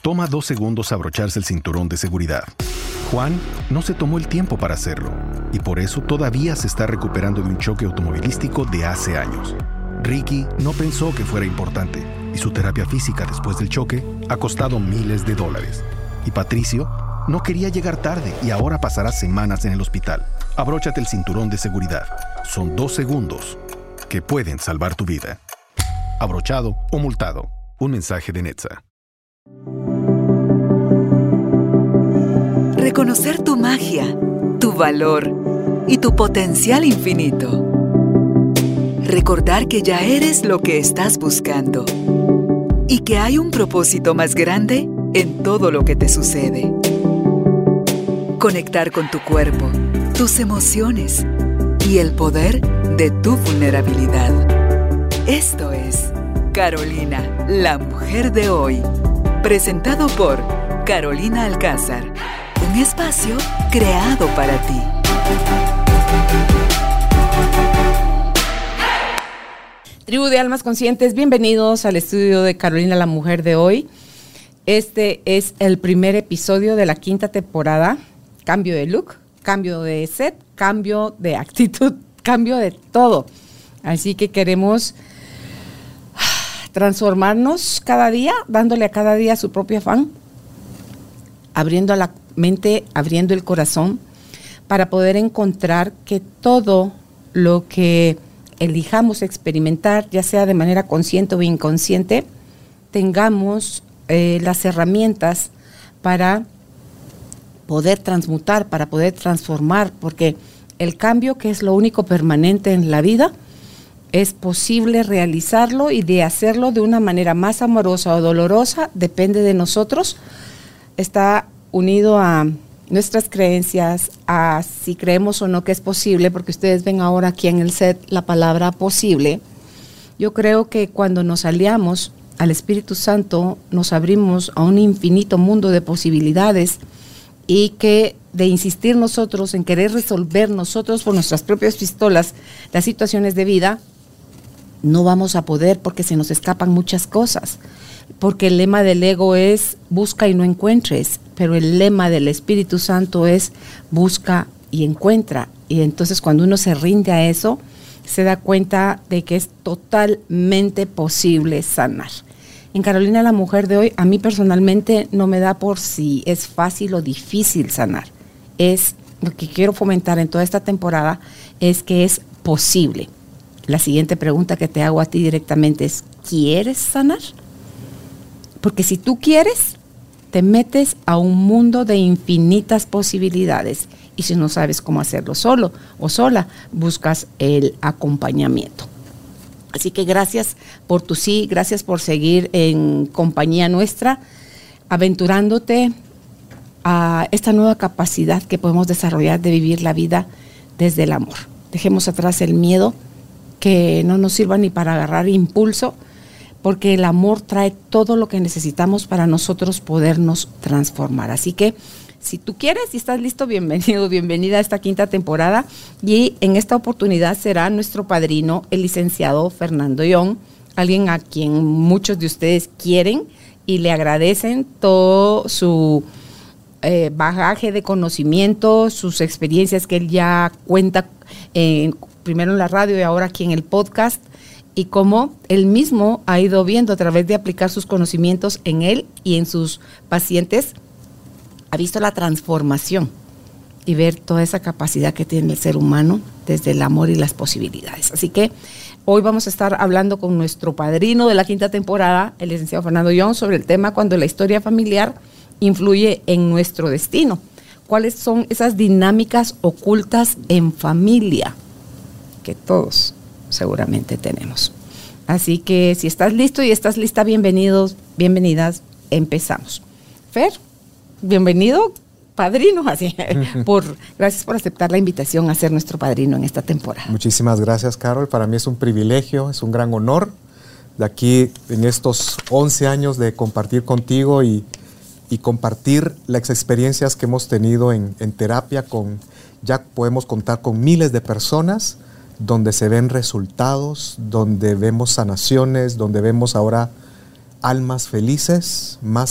Toma 2 segundos abrocharse el cinturón de seguridad. Juan no se tomó el tiempo para hacerlo y por eso todavía se está recuperando de un choque automovilístico de hace años. Ricky no pensó que fuera importante y su terapia física después del choque ha costado miles de dólares. Y Patricio no quería llegar tarde y ahora pasará semanas en el hospital. Abróchate el cinturón de seguridad. Son 2 segundos que pueden salvar tu vida. Abrochado o multado. Un mensaje de NHTSA. Reconocer tu magia, tu valor y tu potencial infinito. Recordar que ya eres lo que estás buscando y que hay un propósito más grande en todo lo que te sucede. Conectar con tu cuerpo, tus emociones y el poder de tu vulnerabilidad. Esto es Carolina, la mujer de hoy. Presentado por Carolina Alcázar. Un espacio creado para ti. Tribu de Almas Conscientes, bienvenidos al estudio de Carolina, la mujer de hoy. Este es el primer episodio de la 5ª temporada. Cambio de look, cambio de set, cambio de actitud, cambio de todo. Así que queremos transformarnos cada día, dándole a cada día su propio afán, abriendo la mente, abriendo el corazón, para poder encontrar que todo lo que elijamos experimentar, ya sea de manera consciente o inconsciente, tengamos las herramientas para poder transmutar, para poder transformar, porque el cambio, que es lo único permanente en la vida, es posible realizarlo y de hacerlo de una manera más amorosa o dolorosa, depende de nosotros. Está unido a nuestras creencias, a si creemos o no que es posible, porque ustedes ven ahora aquí en el set la palabra posible. Yo creo que cuando nos aliamos al Espíritu Santo, nos abrimos a un infinito mundo de posibilidades, y que de insistir nosotros en querer resolver nosotros por nuestras propias pistolas las situaciones de vida, no vamos a poder, porque se nos escapan muchas cosas. Porque el lema del ego es busca y no encuentres, pero el lema del Espíritu Santo es busca y encuentra. Y entonces cuando uno se rinde a eso, se da cuenta de que es totalmente posible sanar. En Carolina, la mujer de hoy, a mí personalmente no me da por si es fácil o difícil sanar. Es lo que quiero fomentar en toda esta temporada, es que es posible. La siguiente pregunta que te hago a ti directamente es, ¿quieres sanar? Porque si tú quieres, te metes a un mundo de infinitas posibilidades. Y si no sabes cómo hacerlo solo o sola, buscas el acompañamiento. Así que gracias por tu sí, gracias por seguir en compañía nuestra, aventurándote a esta nueva capacidad que podemos desarrollar de vivir la vida desde el amor. Dejemos atrás el miedo, que no nos sirva ni para agarrar impulso, porque el amor trae todo lo que necesitamos para nosotros podernos transformar. Así que si tú quieres y estás listo, bienvenido, bienvenida a esta 5ª temporada. Y en esta oportunidad será nuestro padrino, el licenciado Fernando Young, alguien a quien muchos de ustedes quieren y le agradecen todo su bagaje de conocimiento, sus experiencias que él ya cuenta primero en la radio y ahora aquí en el podcast, y cómo él mismo ha ido viendo a través de aplicar sus conocimientos en él y en sus pacientes, ha visto la transformación y ver toda esa capacidad que tiene el ser humano desde el amor y las posibilidades. Así que hoy vamos a estar hablando con nuestro padrino de la 5ª temporada, el licenciado Fernando Young, sobre el tema cuando la historia familiar influye en nuestro destino. ¿Cuáles son esas dinámicas ocultas en familia que todos seguramente tenemos? Así que si estás listo y estás lista, bienvenidos, bienvenidas, empezamos. Fer, bienvenido, padrino, así, gracias por aceptar la invitación a ser nuestro padrino en esta temporada. Muchísimas gracias, Carol. Para mí es un privilegio, es un gran honor de aquí en estos 11 años de compartir contigo y compartir las experiencias que hemos tenido en terapia. Ya podemos contar con miles de personas donde se ven resultados, donde vemos sanaciones, donde vemos ahora almas felices, más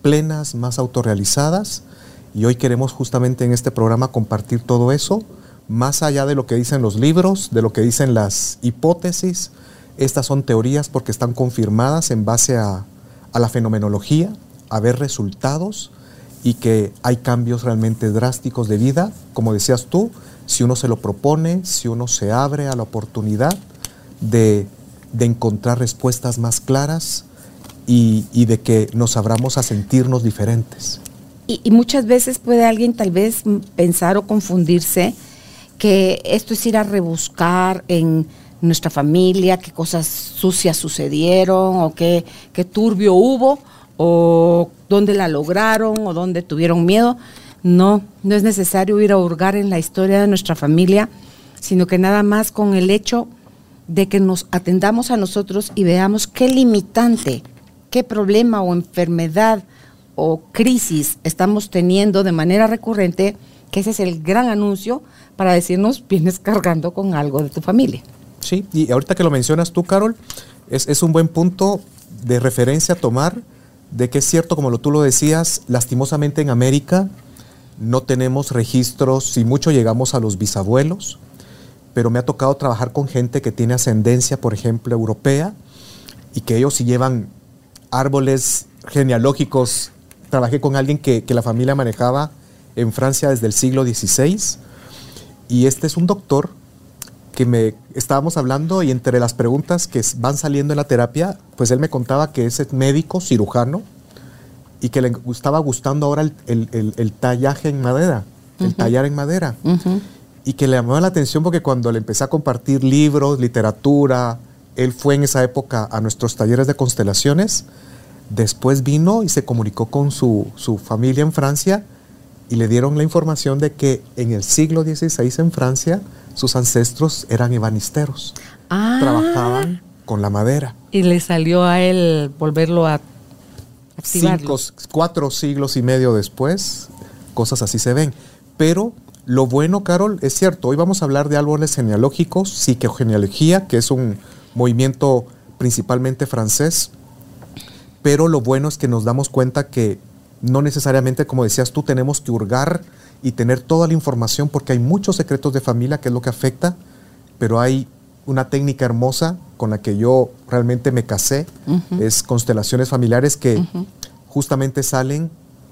plenas, más autorrealizadas. Y hoy queremos justamente en este programa compartir todo eso, más allá de lo que dicen los libros, de lo que dicen las hipótesis. Estas son teorías porque están confirmadas en base a la fenomenología, a ver resultados y que hay cambios realmente drásticos de vida, como decías tú, si uno se lo propone, si uno se abre a la oportunidad de encontrar respuestas más claras y de que nos abramos a sentirnos diferentes. Y muchas veces puede alguien tal vez pensar o confundirse que esto es ir a rebuscar en nuestra familia, qué cosas sucias sucedieron o qué turbio hubo o dónde la lograron o dónde tuvieron miedo. No es necesario ir a hurgar en la historia de nuestra familia, sino que nada más con el hecho de que nos atendamos a nosotros y veamos qué limitante, qué problema o enfermedad o crisis estamos teniendo de manera recurrente, que ese es el gran anuncio para decirnos, vienes cargando con algo de tu familia. Sí, y ahorita que lo mencionas tú, Carol, es un buen punto de referencia a tomar, de que es cierto, como tú lo decías, lastimosamente en América no tenemos registros, si mucho llegamos a los bisabuelos, pero me ha tocado trabajar con gente que tiene ascendencia, por ejemplo, europea, y que ellos sí llevan árboles genealógicos. Trabajé con alguien que la familia manejaba en Francia desde el siglo XVI, y este es un doctor que estábamos hablando, y entre las preguntas que van saliendo en la terapia, pues él me contaba que es médico cirujano y que le estaba gustando ahora el tallaje en madera, el tallar en madera. Y que le llamaba la atención porque cuando le empecé a compartir libros, literatura, él fue en esa época a nuestros talleres de constelaciones, después vino y se comunicó con su familia en Francia y le dieron la información de que en el siglo XVI en Francia sus ancestros eran ebanisteros, trabajaban con la madera. Y le salió a él volverlo a activarlo. 4 siglos y medio después, cosas así se ven. Pero lo bueno, Carol, es cierto, hoy vamos a hablar de árboles genealógicos, psicogenealogía, que es un movimiento principalmente francés, pero lo bueno es que nos damos cuenta que no necesariamente, como decías tú, tenemos que hurgar y tener toda la información porque hay muchos secretos de familia, que es lo que afecta, pero hay una técnica hermosa con la que yo realmente me casé, es constelaciones familiares que justamente salen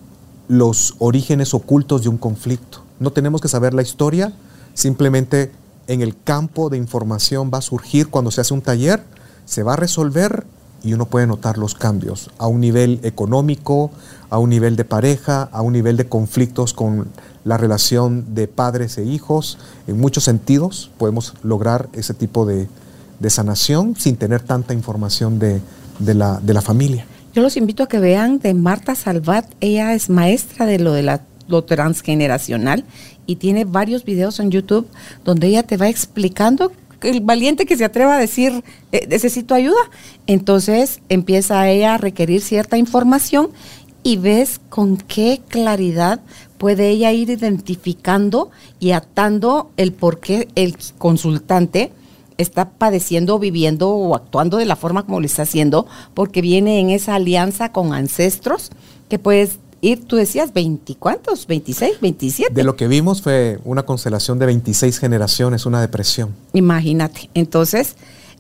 los orígenes ocultos de un conflicto. No tenemos que saber la historia, simplemente en el campo de información va a surgir cuando se hace un taller, se va a resolver y uno puede notar los cambios a un nivel económico, a un nivel de pareja, a un nivel de conflictos con la relación de padres e hijos. En muchos sentidos podemos lograr ese tipo de sanación sin tener tanta información de la familia. Yo los invito a que vean de Marta Salvat. Ella es maestra de lo transgeneracional y tiene varios videos en YouTube donde ella te va explicando. El valiente que se atreva a decir necesito ayuda, entonces empieza ella a requerir cierta información y ves con qué claridad puede ella ir identificando y atando el por qué el consultante está padeciendo, viviendo o actuando de la forma como lo está haciendo, porque viene en esa alianza con ancestros que puedes ir, tú decías, ¿20 cuántos? ¿26, 27? De lo que vimos fue una constelación de 26 generaciones, una depresión. Imagínate. Entonces,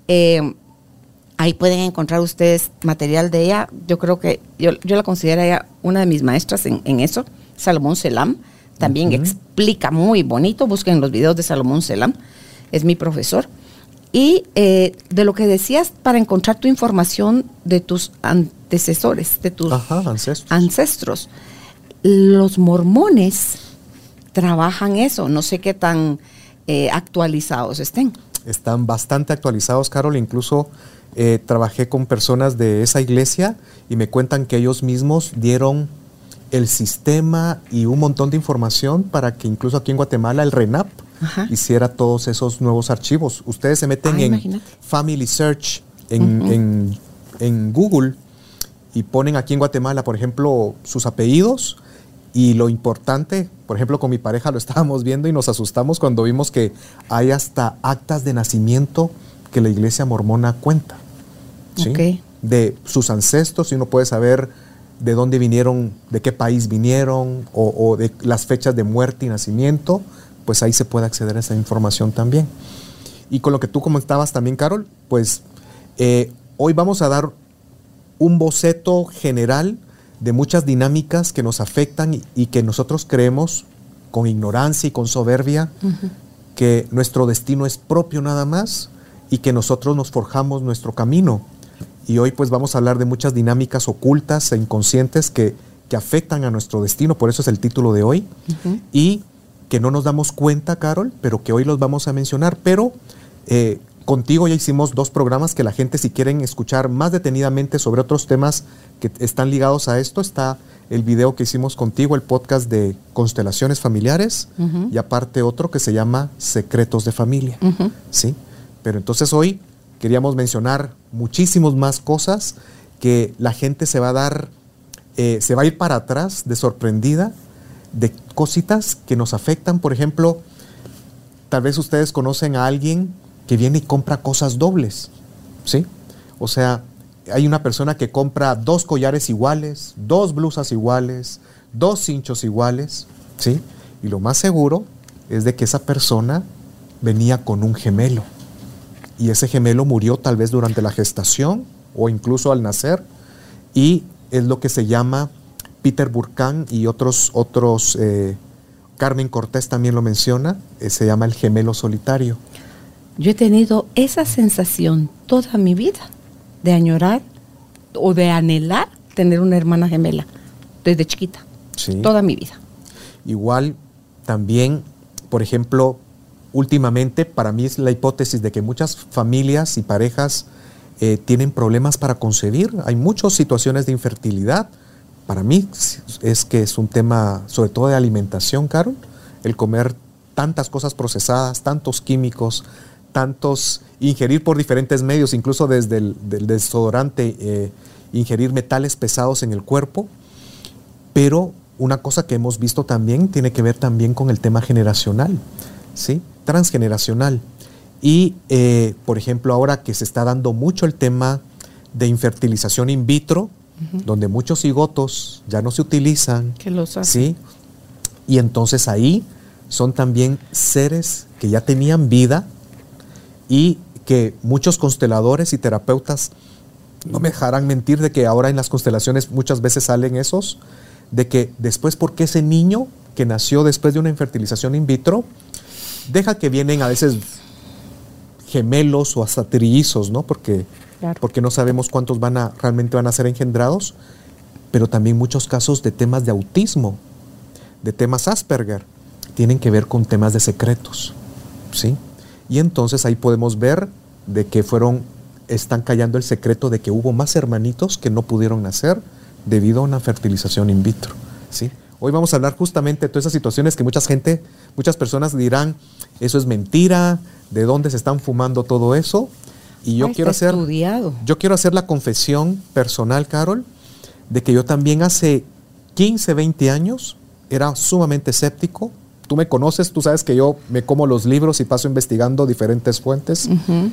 ahí pueden encontrar ustedes material de ella. Yo creo que yo la considero ella una de mis maestras en eso. Salomón Selam también explica muy bonito. Busquen los videos de Salomón Selam. Es mi profesor. Y de lo que decías, para encontrar tu información de tus antecesores, de tus ancestros. Los mormones trabajan eso. No sé qué tan actualizados estén. Están bastante actualizados, Carol. Incluso trabajé con personas de esa iglesia y me cuentan que ellos mismos dieron el sistema y un montón de información para que incluso aquí en Guatemala el RENAP hiciera todos esos nuevos archivos. Ustedes se meten en Family Search en Google y ponen aquí en Guatemala, por ejemplo, sus apellidos y lo importante, por ejemplo, con mi pareja lo estábamos viendo y nos asustamos cuando vimos que hay hasta actas de nacimiento que la iglesia mormona cuenta, ¿sí? De sus ancestros, y uno puede saber de dónde vinieron, de qué país vinieron, o de las fechas de muerte y nacimiento, pues ahí se puede acceder a esa información también. Y con lo que tú comentabas también, Carol, pues hoy vamos a dar un boceto general de muchas dinámicas que nos afectan y que nosotros creemos con ignorancia y con soberbia que nuestro destino es propio nada más y que nosotros nos forjamos nuestro camino. Y hoy pues vamos a hablar de muchas dinámicas ocultas e inconscientes que afectan a nuestro destino, por eso es el título de hoy, y que no nos damos cuenta, Carol, pero que hoy los vamos a mencionar. Pero contigo ya hicimos 2 programas que la gente, si quieren escuchar más detenidamente sobre otros temas que están ligados a esto, está el video que hicimos contigo, el podcast de Constelaciones Familiares, y aparte otro que se llama Secretos de Familia. ¿Sí? Pero entonces hoy queríamos mencionar muchísimas más cosas que la gente se va a ir para atrás de sorprendida de cositas que nos afectan. Por ejemplo, tal vez ustedes conocen a alguien que viene y compra cosas dobles, ¿sí? O sea, hay una persona que compra 2 collares iguales, 2 blusas iguales, 2 cinchos iguales, ¿sí? Y lo más seguro es de que esa persona venía con un gemelo. Y ese gemelo murió tal vez durante la gestación o incluso al nacer. Y es lo que se llama, Peter Burkan y otros Carmen Cortés también lo menciona, se llama el gemelo solitario. Yo he tenido esa sensación toda mi vida de añorar o de anhelar tener una hermana gemela desde chiquita, sí. Toda mi vida. Igual también, por ejemplo, últimamente para mí es la hipótesis de que muchas familias y parejas tienen problemas para concebir. Hay muchas situaciones de infertilidad. Para mí es que es un tema sobre todo de alimentación, Carol, el comer tantas cosas procesadas, tantos químicos, ingerir por diferentes medios, incluso desde el desodorante, ingerir metales pesados en el cuerpo. Pero una cosa que hemos visto también tiene que ver también con el tema generacional, ¿sí? Transgeneracional. Y, por ejemplo, ahora que se está dando mucho el tema de infertilización in vitro, donde muchos cigotos ya no se utilizan, ¿Qué los hace? ¿sí? Y entonces ahí son también seres que ya tenían vida y que muchos consteladores y terapeutas no me dejarán mentir de que ahora en las constelaciones muchas veces salen esos, de que después, porque ese niño que nació después de una infertilización in vitro, deja que vienen a veces gemelos o hasta trillizos, ¿no? Porque no sabemos cuántos realmente van a ser engendrados, pero también muchos casos de temas de autismo, de temas Asperger, tienen que ver con temas de secretos, ¿sí? Y entonces ahí podemos ver de que están callando el secreto de que hubo más hermanitos que no pudieron nacer debido a una fertilización in vitro, ¿sí? Hoy vamos a hablar justamente de todas esas situaciones que muchas personas dirán, eso es mentira, ¿de dónde se están fumando todo eso? Y yo quiero hacer la confesión personal, Carol, de que yo también hace 15, 20 años era sumamente escéptico. Tú me conoces, tú sabes que yo me como los libros y paso investigando diferentes fuentes.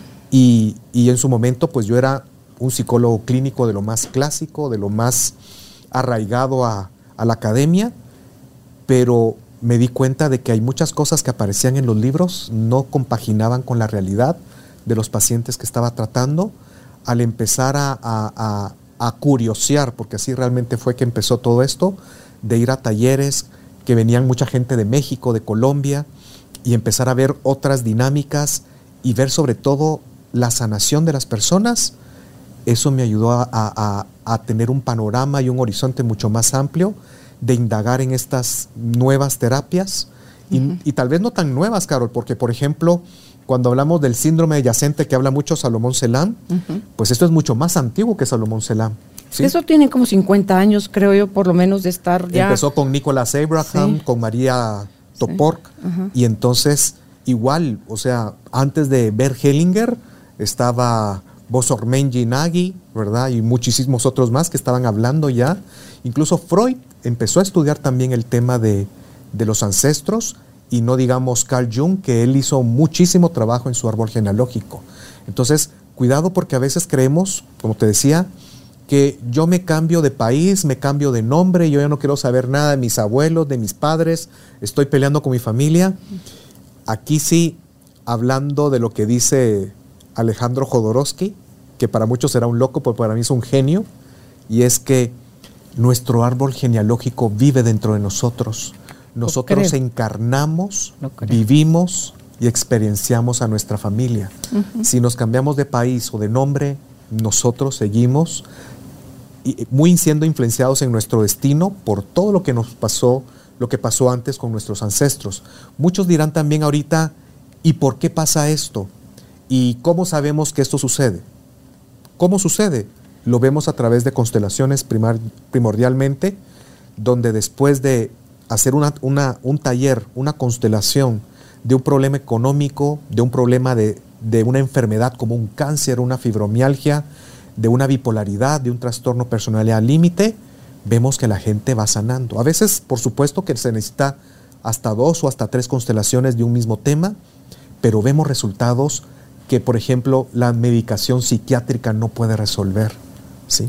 Y en su momento, pues yo era un psicólogo clínico de lo más clásico, de lo más arraigado a la academia, pero me di cuenta de que hay muchas cosas que aparecían en los libros, no compaginaban con la realidad de los pacientes que estaba tratando. Al empezar a curiosear, porque así realmente fue que empezó todo esto, de ir a talleres, que venían mucha gente de México, de Colombia, y empezar a ver otras dinámicas y ver sobre todo la sanación de las personas, eso me ayudó a tener un panorama y un horizonte mucho más amplio de indagar en estas nuevas terapias, y tal vez no tan nuevas, Carol, porque por ejemplo, cuando hablamos del síndrome yacente que habla mucho Salomón Selam, pues esto es mucho más antiguo que Salomón Selam, ¿sí? Eso tiene como 50 años, creo yo, por lo menos de estar ya. Empezó con Nicholas Abraham, sí, con María Topork, sí. Y entonces igual, o sea, antes de Bert Hellinger estaba Bosormenji Nagy, ¿verdad? Y muchísimos otros más que estaban hablando ya. Incluso Freud empezó a estudiar también el tema de los ancestros, y no digamos Carl Jung, que él hizo muchísimo trabajo en su árbol genealógico. Entonces, cuidado, porque a veces creemos, como te decía, que yo me cambio de país, me cambio de nombre, yo ya no quiero saber nada de mis abuelos, de mis padres, estoy peleando con mi familia. Aquí sí, hablando de lo que dice Alejandro Jodorowsky, que para muchos será un loco, pero para mí es un genio, y es que nuestro árbol genealógico vive dentro de nosotros. Nosotros encarnamos, vivimos y experienciamos a nuestra familia. Si nos cambiamos de país o de nombre, nosotros seguimos muy siendo influenciados en nuestro destino por todo lo que nos pasó, lo que pasó antes con nuestros ancestros. Muchos dirán también ahorita, ¿y por qué pasa esto? ¿Y cómo sabemos que esto sucede? ¿Cómo sucede? Lo vemos a través de constelaciones primordialmente, donde después de hacer un taller, una constelación de un problema económico, de un problema de una enfermedad como un cáncer, una fibromialgia, de una bipolaridad, de un trastorno de personalidad límite, vemos que la gente va sanando. A veces, por supuesto, que se necesita hasta 2 o hasta 3 constelaciones de un mismo tema, pero vemos resultados que, por ejemplo, la medicación psiquiátrica no puede resolver, ¿sí?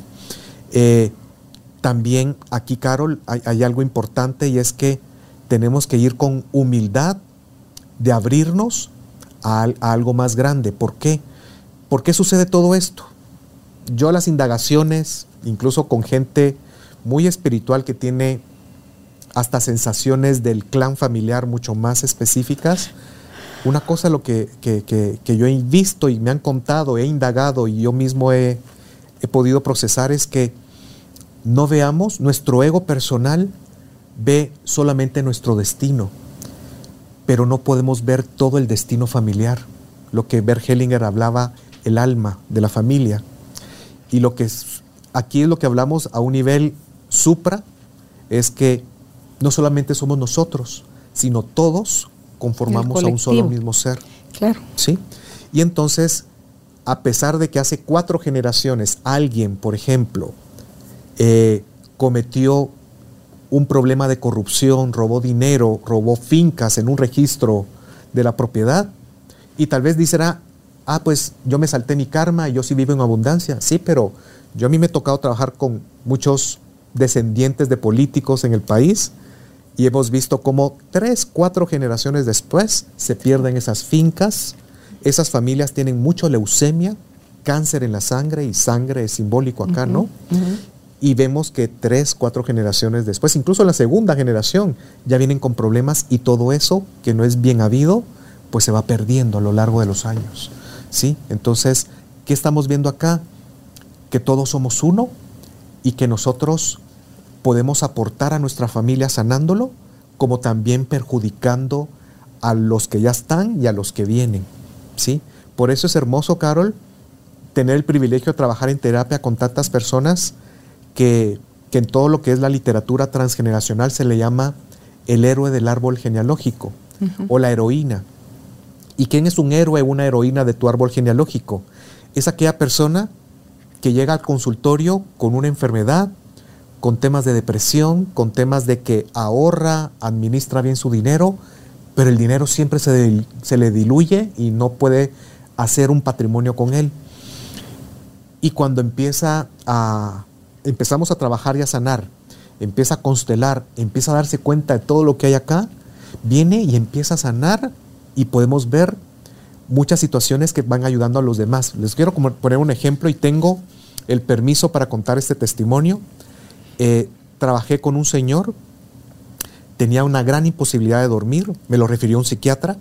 También aquí, Carol, hay algo importante, y es que tenemos que ir con humildad de abrirnos a algo más grande. ¿Por qué? ¿Por qué sucede todo esto? Yo las indagaciones, incluso con gente muy espiritual que tiene hasta sensaciones del clan familiar mucho más específicas, una cosa lo que yo he visto y me han contado, he indagado y yo mismo he podido procesar es que no veamos, nuestro ego personal ve solamente nuestro destino, pero no podemos ver todo el destino familiar, lo que Bert Hellinger hablaba, el alma de la familia. Y aquí es lo que hablamos a un nivel supra, es que no solamente somos nosotros, sino todos conformamos a un solo mismo ser. Claro. ¿Sí? Y entonces, a pesar de que hace 4 generaciones alguien, por ejemplo, cometió un problema de corrupción, robó dinero, robó fincas en un registro de la propiedad, y tal vez dicerá, pues yo me salté mi karma y yo sí vivo en abundancia. Sí, pero a mí me ha tocado trabajar con muchos descendientes de políticos en el país y hemos visto cómo 3, 4 generaciones después se pierden esas fincas, esas familias tienen mucho leucemia, cáncer en la sangre, y sangre es simbólico acá, ¿no? Y vemos que 3, 4 generaciones después, incluso la segunda generación, ya vienen con problemas, y todo eso que no es bien habido, pues se va perdiendo a lo largo de los años, ¿sí? Entonces, ¿qué estamos viendo acá? Que todos somos uno y que nosotros podemos aportar a nuestra familia sanándolo, como también perjudicando a los que ya están y a los que vienen, ¿sí? Por eso es hermoso, Carol, tener el privilegio de trabajar en terapia con tantas personas que en todo lo que es la literatura transgeneracional se le llama el héroe del árbol genealógico, o la heroína. ¿Y quién es un héroe o una heroína de tu árbol genealógico? Es aquella persona que llega al consultorio con una enfermedad, con temas de depresión, con temas de que ahorra, administra bien su dinero, pero el dinero siempre se le diluye y no puede hacer un patrimonio con él. Y cuando empezamos a trabajar y a sanar, empieza a constelar, empieza a darse cuenta de todo lo que hay acá, viene y empieza a sanar, y podemos ver muchas situaciones que van ayudando a los demás. Les quiero poner un ejemplo y tengo el permiso para contar este testimonio. Trabajé con un señor, tenía una gran imposibilidad de dormir, me lo refirió un psiquiatra,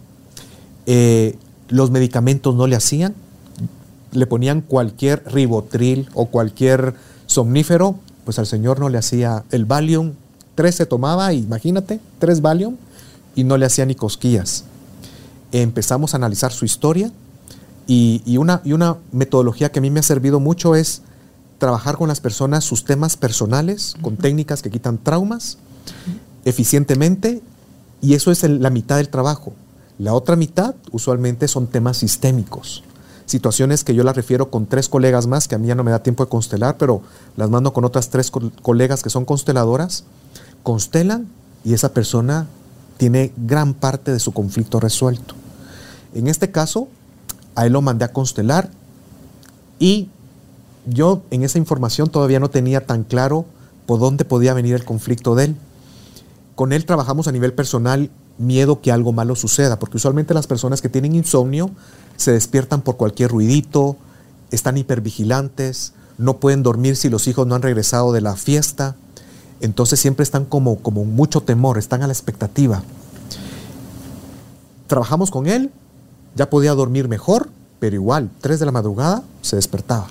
los medicamentos no le hacían, le ponían cualquier Ribotril o cualquier somnífero, pues al señor no le hacía. El Valium, 3 se tomaba, imagínate, 3 Valium, y no le hacía ni cosquillas. Empezamos a analizar su historia, y una metodología que a mí me ha servido mucho es trabajar con las personas sus temas personales, con técnicas que quitan traumas eficientemente, y eso es la mitad del trabajo. La otra mitad usualmente son temas sistémicos, situaciones que yo las refiero con 3 colegas más, que a mí ya no me da tiempo de constelar, pero las mando con otras 3 colegas que son consteladoras, constelan, y esa persona tiene gran parte de su conflicto resuelto. En este caso, a él lo mandé a constelar, y yo en esa información todavía no tenía tan claro por dónde podía venir el conflicto de él. Con él trabajamos a nivel personal miedo que algo malo suceda, porque usualmente las personas que tienen insomnio se despiertan por cualquier ruidito, están hipervigilantes, no pueden dormir si los hijos no han regresado de la fiesta, entonces siempre están como mucho temor, están a la expectativa. Trabajamos con él, ya podía dormir mejor, pero igual, 3 de la madrugada se despertaba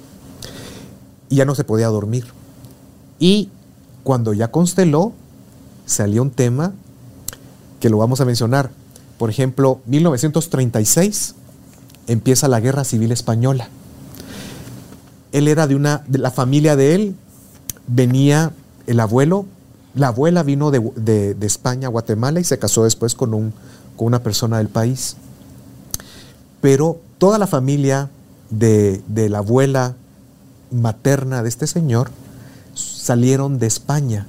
y ya no se podía dormir. Y cuando ya consteló, salió un tema que lo vamos a mencionar. Por ejemplo, 1936 empieza la Guerra Civil Española. Él era de la familia de él, venía el abuelo, la abuela vino de España a Guatemala y se casó después con una persona del país. Pero toda la familia de la abuela materna de este señor salieron de España.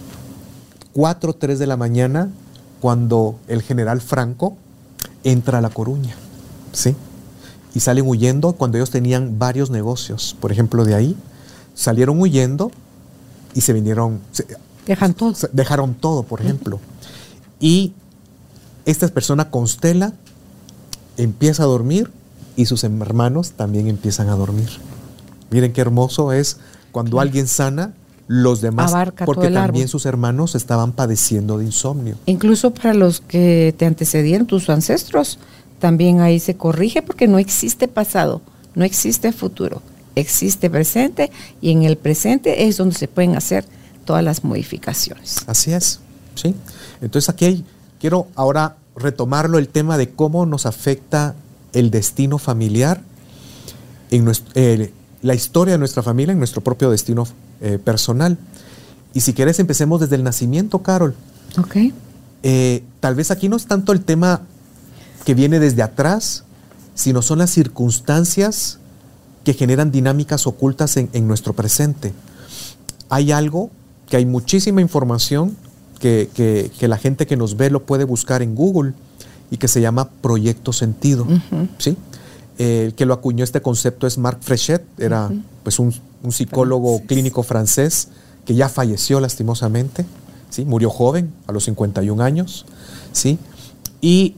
4 o 3 de la mañana, cuando el general Franco entra a La Coruña, ¿sí? Y salen huyendo cuando ellos tenían varios negocios. Por ejemplo, de ahí salieron huyendo y se vinieron. Dejaron todo, por ejemplo. Y esta persona constela, empieza a dormir y sus hermanos también empiezan a dormir. Miren qué hermoso es cuando alguien sana, los demás, abarca porque todo el también árbol. sus hermanos estaban padeciendo de insomnio. Incluso para los que te antecedieron, tus ancestros, también ahí se corrige porque no existe pasado, no existe futuro, existe presente y en el presente es donde se pueden hacer todas las modificaciones. Así es, ¿sí? Entonces aquí quiero ahora retomarlo el tema de cómo nos afecta el destino familiar en la historia de nuestra familia, en nuestro propio destino personal. Y si quieres empecemos desde el nacimiento, Carol. Ok. Tal vez aquí no es tanto el tema que viene desde atrás, sino son las circunstancias que generan dinámicas ocultas en nuestro presente. Hay algo, que hay muchísima información que la gente que nos ve lo puede buscar en Google y que se llama proyecto sentido. ¿Sí? El que lo acuñó este concepto es Marc Fréchet, era pues un psicólogo clínico francés que ya falleció lastimosamente, ¿sí? Murió joven, a los 51 años, ¿sí? Y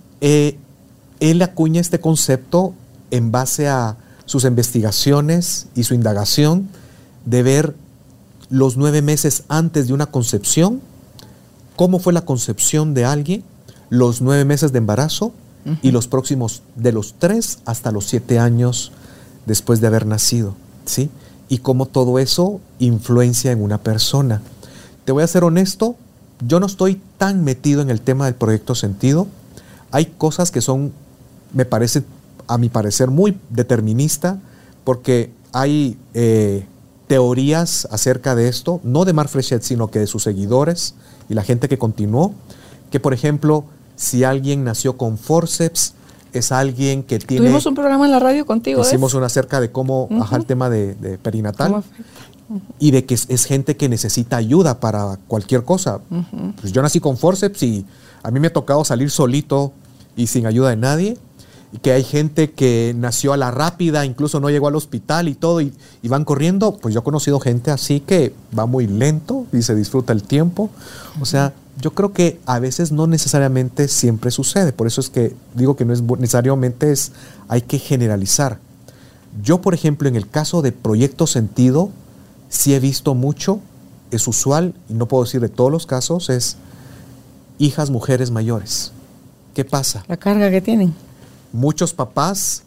él acuña este concepto en base a sus investigaciones y su indagación de ver los 9 meses antes de una concepción, cómo fue la concepción de alguien, los 9 meses de embarazo y los próximos de los 3 hasta los 7 años después de haber nacido, ¿sí? Y cómo todo eso influencia en una persona. Te voy a ser honesto, yo no estoy tan metido en el tema del proyecto sentido. Hay cosas que son, me parece, a mi parecer, muy determinista, porque hay teorías acerca de esto, no de Marc Fréchet, sino que de sus seguidores y la gente que continuó, que por ejemplo, si alguien nació con forceps, es alguien que tiene... Tuvimos un programa en la radio contigo. Hicimos una acerca de cómo, el tema de perinatal, y de que es gente que necesita ayuda para cualquier cosa. Pues yo nací con forceps y a mí me ha tocado salir solito y sin ayuda de nadie, y que hay gente que nació a la rápida, incluso no llegó al hospital y todo, y van corriendo. Pues yo he conocido gente así que va muy lento y se disfruta el tiempo. O sea, yo creo que a veces no necesariamente siempre sucede. Por eso es que digo que no es necesariamente hay que generalizar. Yo, por ejemplo, en el caso de Proyecto Sentido, sí he visto mucho, es usual, y no puedo decir de todos los casos, es hijas mujeres mayores. ¿Qué pasa? La carga que tienen. Muchos papás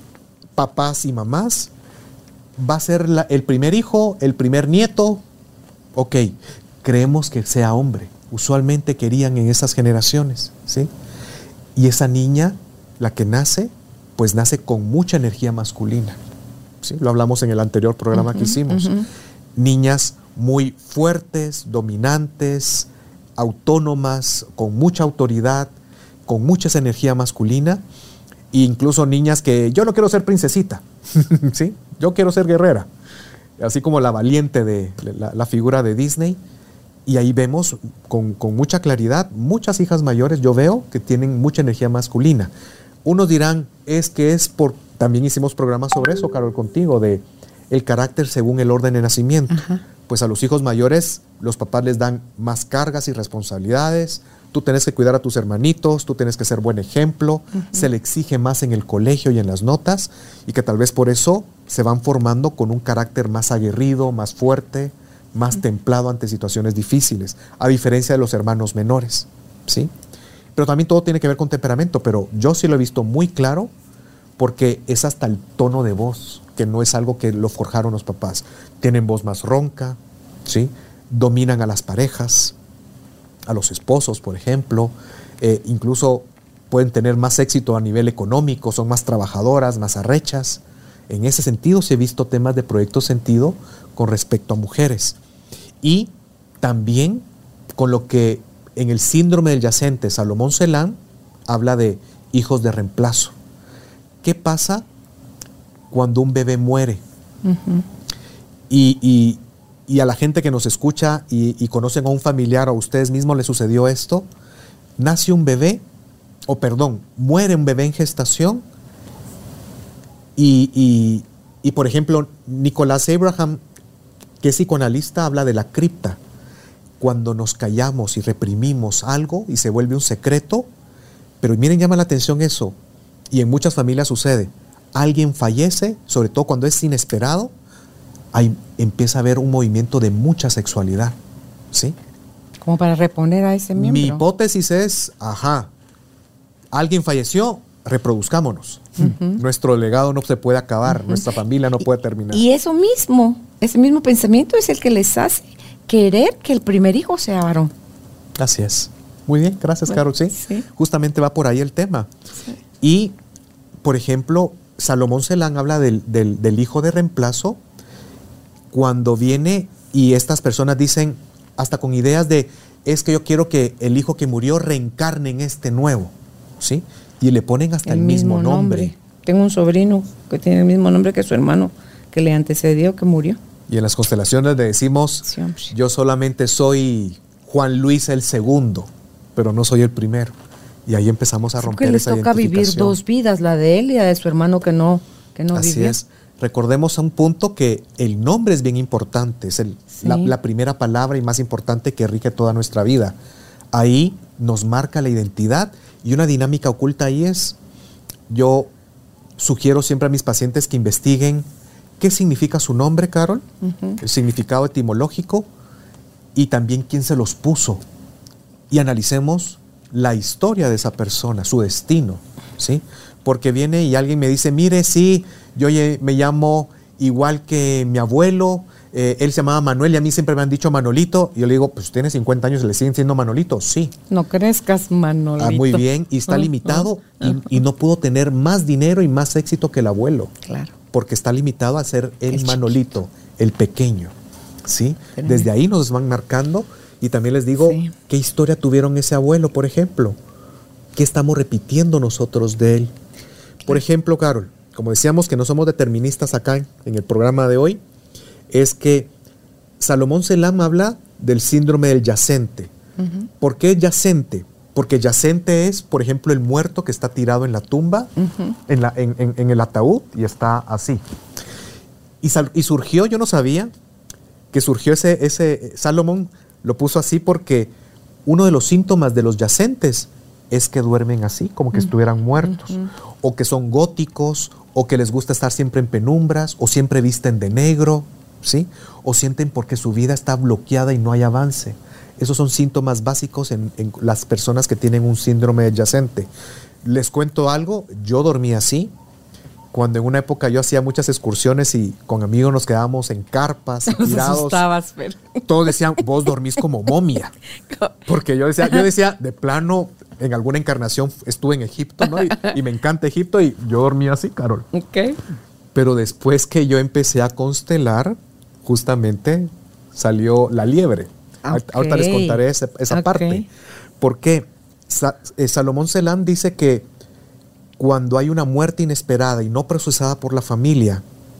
y mamás, va a ser el primer hijo, el primer nieto. Ok, creemos que sea hombre. Usualmente querían en esas generaciones, ¿sí? Y esa niña, la que nace, pues nace con mucha energía masculina, ¿sí? Lo hablamos en el anterior programa que hicimos. Niñas muy fuertes, dominantes, autónomas, con mucha autoridad, con mucha energía masculina, e incluso niñas que yo no quiero ser princesita, ¿sí? Yo quiero ser guerrera, así como la valiente de la figura de Disney. Y ahí vemos con mucha claridad muchas hijas mayores, yo veo que tienen mucha energía masculina. Unos dirán, también hicimos programas sobre eso, Carol, contigo, de el carácter según el orden de nacimiento. Ajá. Pues a los hijos mayores los papás les dan más cargas y responsabilidades. Tú tienes que cuidar a tus hermanitos, tú tienes que ser buen ejemplo, se le exige más en el colegio y en las notas, y que tal vez por eso se van formando con un carácter más aguerrido, más fuerte, más templado ante situaciones difíciles, a diferencia de los hermanos menores, ¿sí? Pero también todo tiene que ver con temperamento, pero yo sí lo he visto muy claro porque es hasta el tono de voz, que no es algo que lo forjaron los papás. Tienen voz más ronca, ¿sí? Dominan a las parejas, a los esposos, por ejemplo, incluso pueden tener más éxito a nivel económico, son más trabajadoras, más arrechas. En ese sentido, sí he visto temas de proyecto sentido con respecto a mujeres. Y también con lo que en el síndrome del yacente Salomón Celan habla de hijos de reemplazo. ¿Qué pasa cuando un bebé muere? Y a la gente que nos escucha y conocen a un familiar o a ustedes mismos les sucedió esto, nace un bebé, muere un bebé en gestación y por ejemplo, Nicolás Abraham, que es psicoanalista, habla de la cripta. Cuando nos callamos y reprimimos algo y se vuelve un secreto, pero miren, llama la atención eso, y en muchas familias sucede, alguien fallece, sobre todo cuando es inesperado, ahí empieza a haber un movimiento de mucha sexualidad, ¿sí? Como para reponer a ese miembro. Mi hipótesis es, alguien falleció, reproduzcámonos. Nuestro legado no se puede acabar, nuestra familia no puede terminar. Y eso mismo, ese mismo pensamiento es el que les hace querer que el primer hijo sea varón. Así es. Muy bien, gracias, Carol. Sí, justamente va por ahí el tema. Sí. Y, por ejemplo, Salomón Celan habla del hijo de reemplazo cuando viene y estas personas dicen, hasta con ideas de, es que yo quiero que el hijo que murió reencarne en este nuevo, ¿sí? Y le ponen hasta el mismo nombre. Tengo un sobrino que tiene el mismo nombre que su hermano que le antecedió, que murió. Y en las constelaciones le decimos, Sí, hombre. yo solamente soy Juan Luis el segundo, pero no soy el primero. Y ahí empezamos a romper Porque les esa toca vivir identificación. dos vidas, la de él y la de su hermano que no Así vivió. es. Recordemos a un punto que el nombre es bien importante, es la primera palabra y más importante que rige toda nuestra vida. Ahí nos marca la identidad y una dinámica oculta ahí es, yo sugiero siempre a mis pacientes que investiguen qué significa su nombre, Carol, el significado etimológico y también quién se los puso. Y analicemos la historia de esa persona, su destino, ¿sí? Porque viene y alguien me dice, mire, sí, yo me llamo igual que mi abuelo, él se llamaba Manuel y a mí siempre me han dicho Manolito. Y yo le digo, pues tiene 50 años y le siguen siendo Manolito. Sí. No crezcas, Manolito. Muy bien, y está limitado y no pudo tener más dinero y más éxito que el abuelo. Claro. Porque está limitado a ser el Manolito, el pequeño, ¿sí? Desde ahí nos van marcando y también les digo, ¿qué historia tuvieron ese abuelo, por ejemplo? ¿Qué estamos repitiendo nosotros de él? Por ejemplo, Carol, como decíamos que no somos deterministas acá en el programa de hoy, es que Salomón Celan habla del síndrome del yacente. ¿Por qué yacente? Porque yacente es, por ejemplo, el muerto que está tirado en la tumba, en el ataúd, y está así. Y surgió, yo no sabía que surgió Salomón lo puso así porque uno de los síntomas de los yacentes es que duermen así, como que estuvieran muertos, o que son góticos, o que les gusta estar siempre en penumbras, o siempre visten de negro, ¿sí? O sienten porque su vida está bloqueada y no hay avance. Esos son síntomas básicos en las personas que tienen un síndrome yacente. Les cuento algo, yo dormí así, cuando en una época yo hacía muchas excursiones y con amigos nos quedábamos en carpas, tirados. Asustabas, pero... Todos decían, vos dormís como momia. Porque yo decía, de plano, en alguna encarnación estuve en Egipto, ¿no? Y me encanta Egipto y yo dormía así, Carol. Okay. Pero después que yo empecé a constelar, justamente salió la liebre. Ahorita les contaré esa parte. Porque Salomón Celan dice que cuando hay una muerte inesperada y no procesada por la familia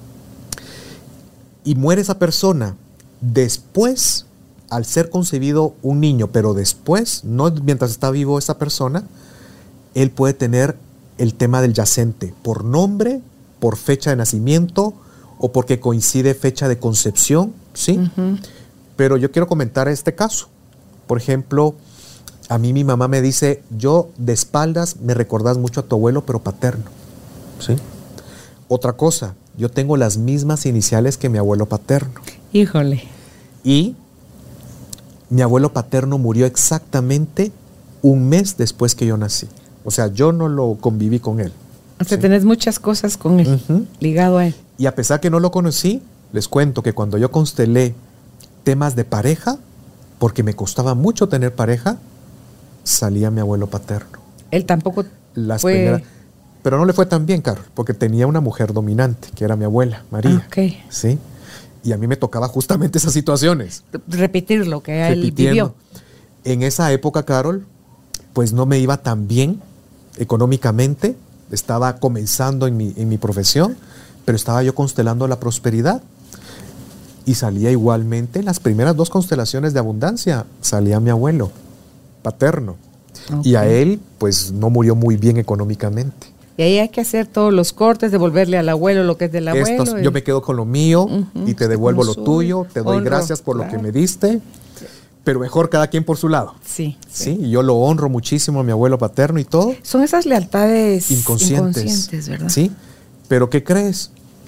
y muere esa persona, después, al ser concebido un niño, pero después, no mientras está vivo esa persona, él puede tener el tema del yacente por nombre, por fecha de nacimiento o porque coincide fecha de concepción, ¿sí? Pero yo quiero comentar este caso. Por ejemplo, a mí mi mamá me dice, yo de espaldas me recordás mucho a tu abuelo, pero paterno, ¿sí? Otra cosa, yo tengo las mismas iniciales que mi abuelo paterno. Híjole. Y mi abuelo paterno murió exactamente un mes después que yo nací. O sea, yo no lo conviví con él. O sea, ¿sí? tenés muchas cosas con él, ligado a él. Y a pesar que no lo conocí, les cuento que cuando yo constelé temas de pareja, porque me costaba mucho tener pareja, salía mi abuelo paterno. Él tampoco pero no le fue tan bien, Carol, porque tenía una mujer dominante, que era mi abuela, María. Okay. ¿Sí? Y a mí me tocaba justamente esas situaciones. Repetir lo que él vivió. En esa época, Carol, pues no me iba tan bien económicamente. Estaba comenzando en mi profesión, pero estaba yo constelando la prosperidad. Y salía igualmente, en las primeras 2 constelaciones de abundancia, salía mi abuelo paterno. Okay. Y a él, pues no murió muy bien económicamente. Y ahí hay que hacer todos los cortes, devolverle al abuelo lo que es del abuelo. Yo me quedo con lo mío y te devuelvo lo tuyo, te doy gracias por lo que me diste, pero mejor cada quien por su lado. Sí. Y yo lo honro muchísimo a mi abuelo paterno y todo. Son esas lealtades inconscientes, ¿verdad? Sí, pero ¿qué crees?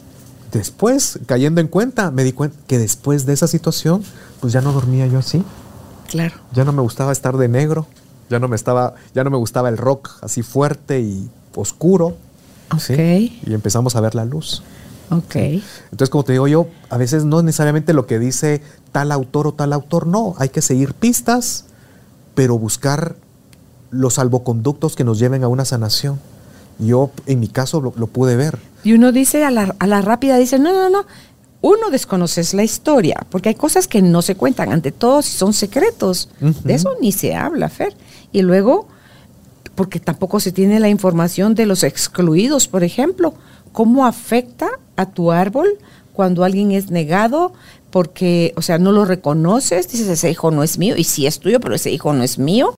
Después, cayendo en cuenta, me di cuenta que después de esa situación, pues ya no dormía yo así. Claro. Ya no me gustaba estar de negro, ya no me gustaba el rock así fuerte y oscuro. Okay. ¿sí? Y empezamos a ver la luz. Okay. ¿sí? Entonces, como te digo yo, a veces no necesariamente lo que dice tal autor o tal autor, no. Hay que seguir pistas, pero buscar los salvoconductos que nos lleven a una sanación. Yo, en mi caso, lo pude ver. Y uno dice a la rápida, dice, no. Uno desconoce la historia, porque hay cosas que no se cuentan. Ante todo, si son secretos, de eso ni se habla, Fer. Y luego, porque tampoco se tiene la información de los excluidos, por ejemplo. ¿Cómo afecta a tu árbol cuando alguien es negado? Porque, o sea, no lo reconoces, dices, ese hijo no es mío, y sí es tuyo, pero ese hijo no es mío.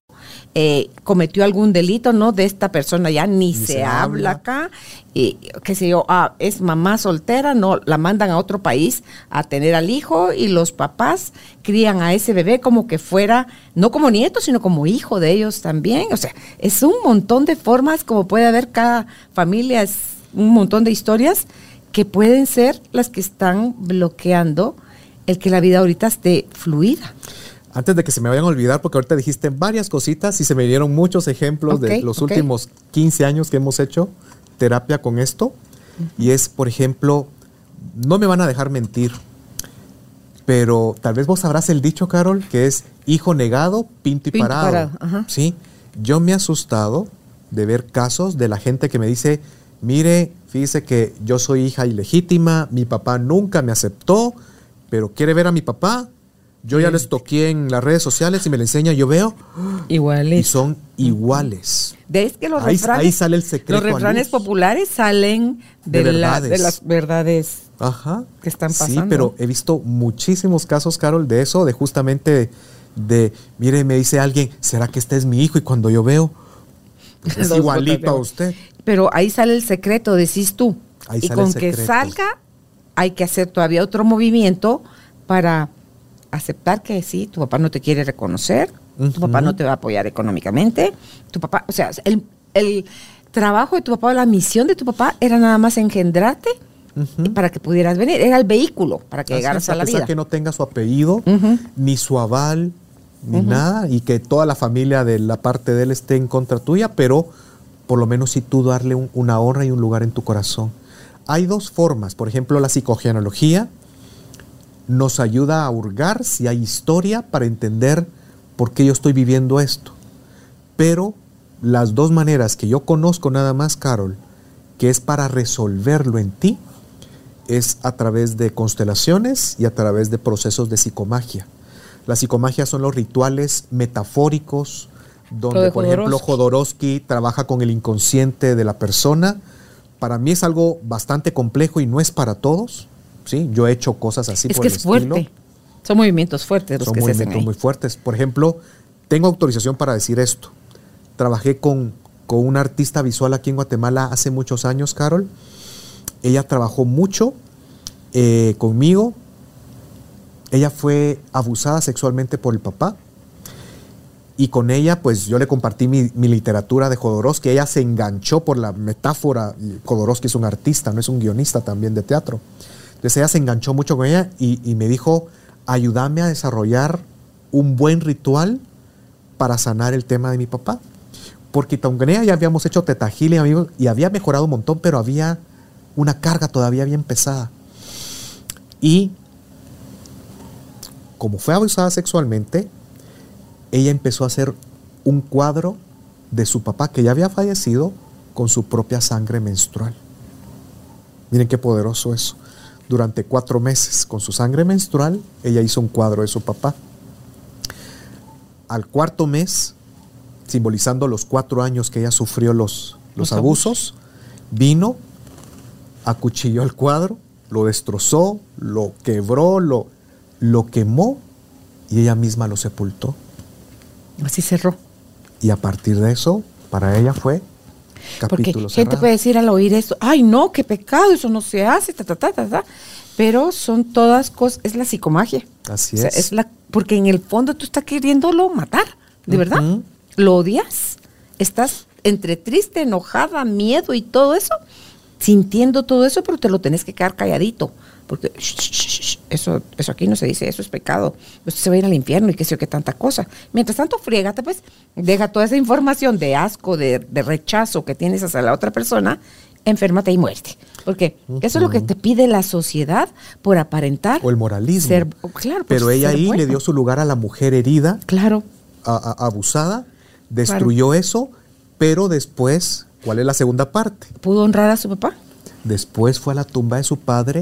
Cometió algún delito, ¿no? De esta persona ya ni se habla acá. Qué sé yo, es mamá soltera, no, la mandan a otro país a tener al hijo y los papás crían a ese bebé como que fuera, no como nieto, sino como hijo de ellos también. O sea, es un montón de formas como puede haber cada familia, es un montón de historias que pueden ser las que están bloqueando el que la vida ahorita esté fluida. Antes de que se me vayan a olvidar, porque ahorita dijiste varias cositas y se me dieron muchos ejemplos de los últimos 15 años que hemos hecho terapia con esto. Y es, por ejemplo, no me van a dejar mentir, pero tal vez vos sabrás el dicho, Carol, que es hijo negado, pinto y parado. ¿Sí? Yo me he asustado de ver casos de la gente que me dice, mire, fíjese que yo soy hija ilegítima, mi papá nunca me aceptó, pero quiere ver a mi papá. Yo ya les toqué en las redes sociales y me lo enseña, yo veo. Iguales. Y son iguales. ¿Ves que los refranes, ahí sale el secreto. Los refranes populares salen de las verdades que están pasando. Sí, pero he visto muchísimos casos, Carol, de eso, de justamente mire, me dice alguien, ¿será que este es mi hijo? Y cuando yo veo, pues es igualito a usted. Pero ahí sale el secreto, decís tú. Ahí y sale con que salga, hay que hacer todavía otro movimiento para aceptar que sí, tu papá no te quiere reconocer, tu papá no te va a apoyar económicamente, tu papá, o sea, el trabajo de tu papá, la misión de tu papá era nada más engendrarte para que pudieras venir, era el vehículo para que llegaras a la vida. A pesar que no tenga su apellido, ni su aval, ni nada, y que toda la familia de la parte de él esté en contra tuya, pero por lo menos sí tú darle una honra y un lugar en tu corazón. Hay 2 formas, por ejemplo, la psicogenealogía nos ayuda a hurgar si hay historia para entender por qué yo estoy viviendo esto. Pero las 2 maneras que yo conozco nada más, Carol, que es para resolverlo en ti, es a través de constelaciones y a través de procesos de psicomagia. La psicomagia son los rituales metafóricos, donde, por ejemplo, Jodorowsky trabaja con el inconsciente de la persona. Para mí es algo bastante complejo y no es para todos. Sí, yo he hecho cosas así por el estilo. Es fuerte. Son movimientos fuertes los que se hacen ahí. Son movimientos muy fuertes. Por ejemplo, tengo autorización para decir esto. Trabajé con una artista visual aquí en Guatemala hace muchos años, Carol. Ella trabajó mucho conmigo. Ella fue abusada sexualmente por el papá. Y con ella, pues yo le compartí mi literatura de Jodorowsky. Ella se enganchó por la metáfora. Jodorowsky es un artista, no es un guionista también de teatro. Entonces ella se enganchó mucho con ella y me dijo, ayúdame a desarrollar un buen ritual para sanar el tema de mi papá. Porque con ella ya habíamos hecho Teta Healing y había mejorado un montón, pero había una carga todavía bien pesada. Y como fue abusada sexualmente, ella empezó a hacer un cuadro de su papá que ya había fallecido con su propia sangre menstrual. Miren qué poderoso eso. Durante 4 meses, con su sangre menstrual, ella hizo un cuadro de su papá. Al 4.º mes, simbolizando los 4 años que ella sufrió los abusos, vino, acuchilló el cuadro, lo destrozó, lo quebró, lo quemó y ella misma lo sepultó. Así cerró. Y a partir de eso, para ella fue capítulo Porque cerrado. gente puede decir al oír esto, ay no, qué pecado, eso no se hace, pero son todas cosas, es la psicomagia. Así O sea, es. porque en el fondo tú estás queriéndolo matar, de verdad. Lo odias, estás entre triste, enojada, miedo y todo eso, sintiendo todo eso, pero te lo tenés que quedar calladito. Porque eso aquí no se dice, eso es pecado. Usted se va a ir al infierno y qué sé yo, qué tanta cosa. Mientras tanto, friégate, pues, deja toda esa información de asco, de rechazo que tienes hacia la otra persona, enférmate y muerte. Porque eso es lo que te pide la sociedad por aparentar. O el moralismo. Claro, pero ella ahí bueno. le dio su lugar a la mujer herida, Claro. abusada, destruyó eso, pero después, ¿cuál es la segunda parte? ¿Pudo honrar a su papá? Después fue a la tumba de su padre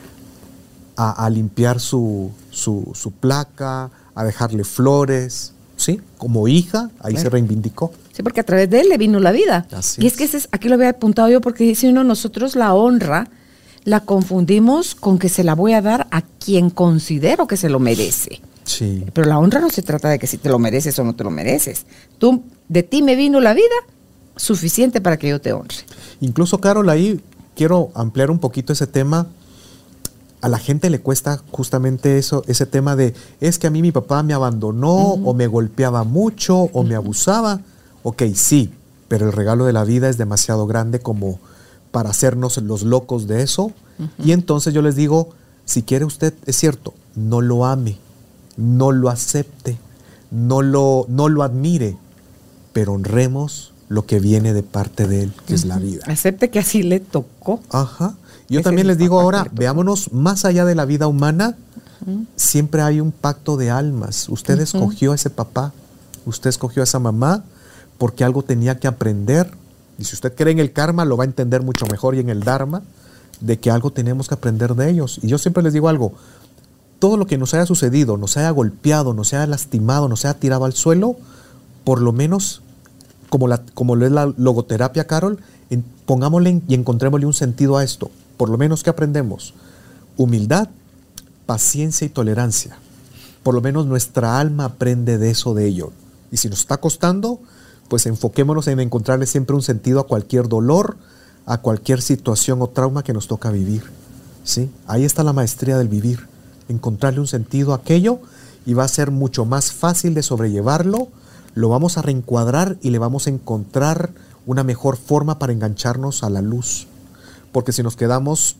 a limpiar su placa, a dejarle flores, ¿sí? Como hija, ahí se reivindicó. Sí, porque a través de él le vino la vida. Así y es que aquí lo había apuntado yo porque dice uno, nosotros la honra la confundimos con que se la voy a dar a quien considero que se lo merece. Sí. Pero la honra no se trata de que si te lo mereces o no te lo mereces. De ti me vino la vida, suficiente para que yo te honre. Incluso, Carol, ahí quiero ampliar un poquito ese tema. A la gente le cuesta justamente ese tema de, es que a mí mi papá me abandonó, o me golpeaba mucho, o me abusaba. Ok, sí, pero el regalo de la vida es demasiado grande como para hacernos los locos de eso. Y entonces yo les digo, si quiere usted, es cierto, no lo ame, no lo acepte, no lo admire, pero honremos lo que viene de parte de él, que es la vida. Acepte que así le tocó. Ajá. Yo también les digo ahora, veámonos más allá de la vida humana, siempre hay un pacto de almas. Usted escogió a ese papá, usted escogió a esa mamá, porque algo tenía que aprender. Y si usted cree en el karma, lo va a entender mucho mejor, y en el dharma, de que algo tenemos que aprender de ellos. Y yo siempre les digo algo, todo lo que nos haya sucedido, nos haya golpeado, nos haya lastimado, nos haya tirado al suelo, por lo menos, como lo es la logoterapia, Carol, pongámosle y encontrémosle un sentido a esto. Por lo menos, ¿qué aprendemos? Humildad, paciencia y tolerancia. Por lo menos nuestra alma aprende de eso, de ello. Y si nos está costando, pues enfoquémonos en encontrarle siempre un sentido a cualquier dolor, a cualquier situación o trauma que nos toca vivir. ¿Sí? Ahí está la maestría del vivir. Encontrarle un sentido a aquello, y va a ser mucho más fácil de sobrellevarlo. Lo vamos a reencuadrar y le vamos a encontrar una mejor forma para engancharnos a la luz. Porque si nos quedamos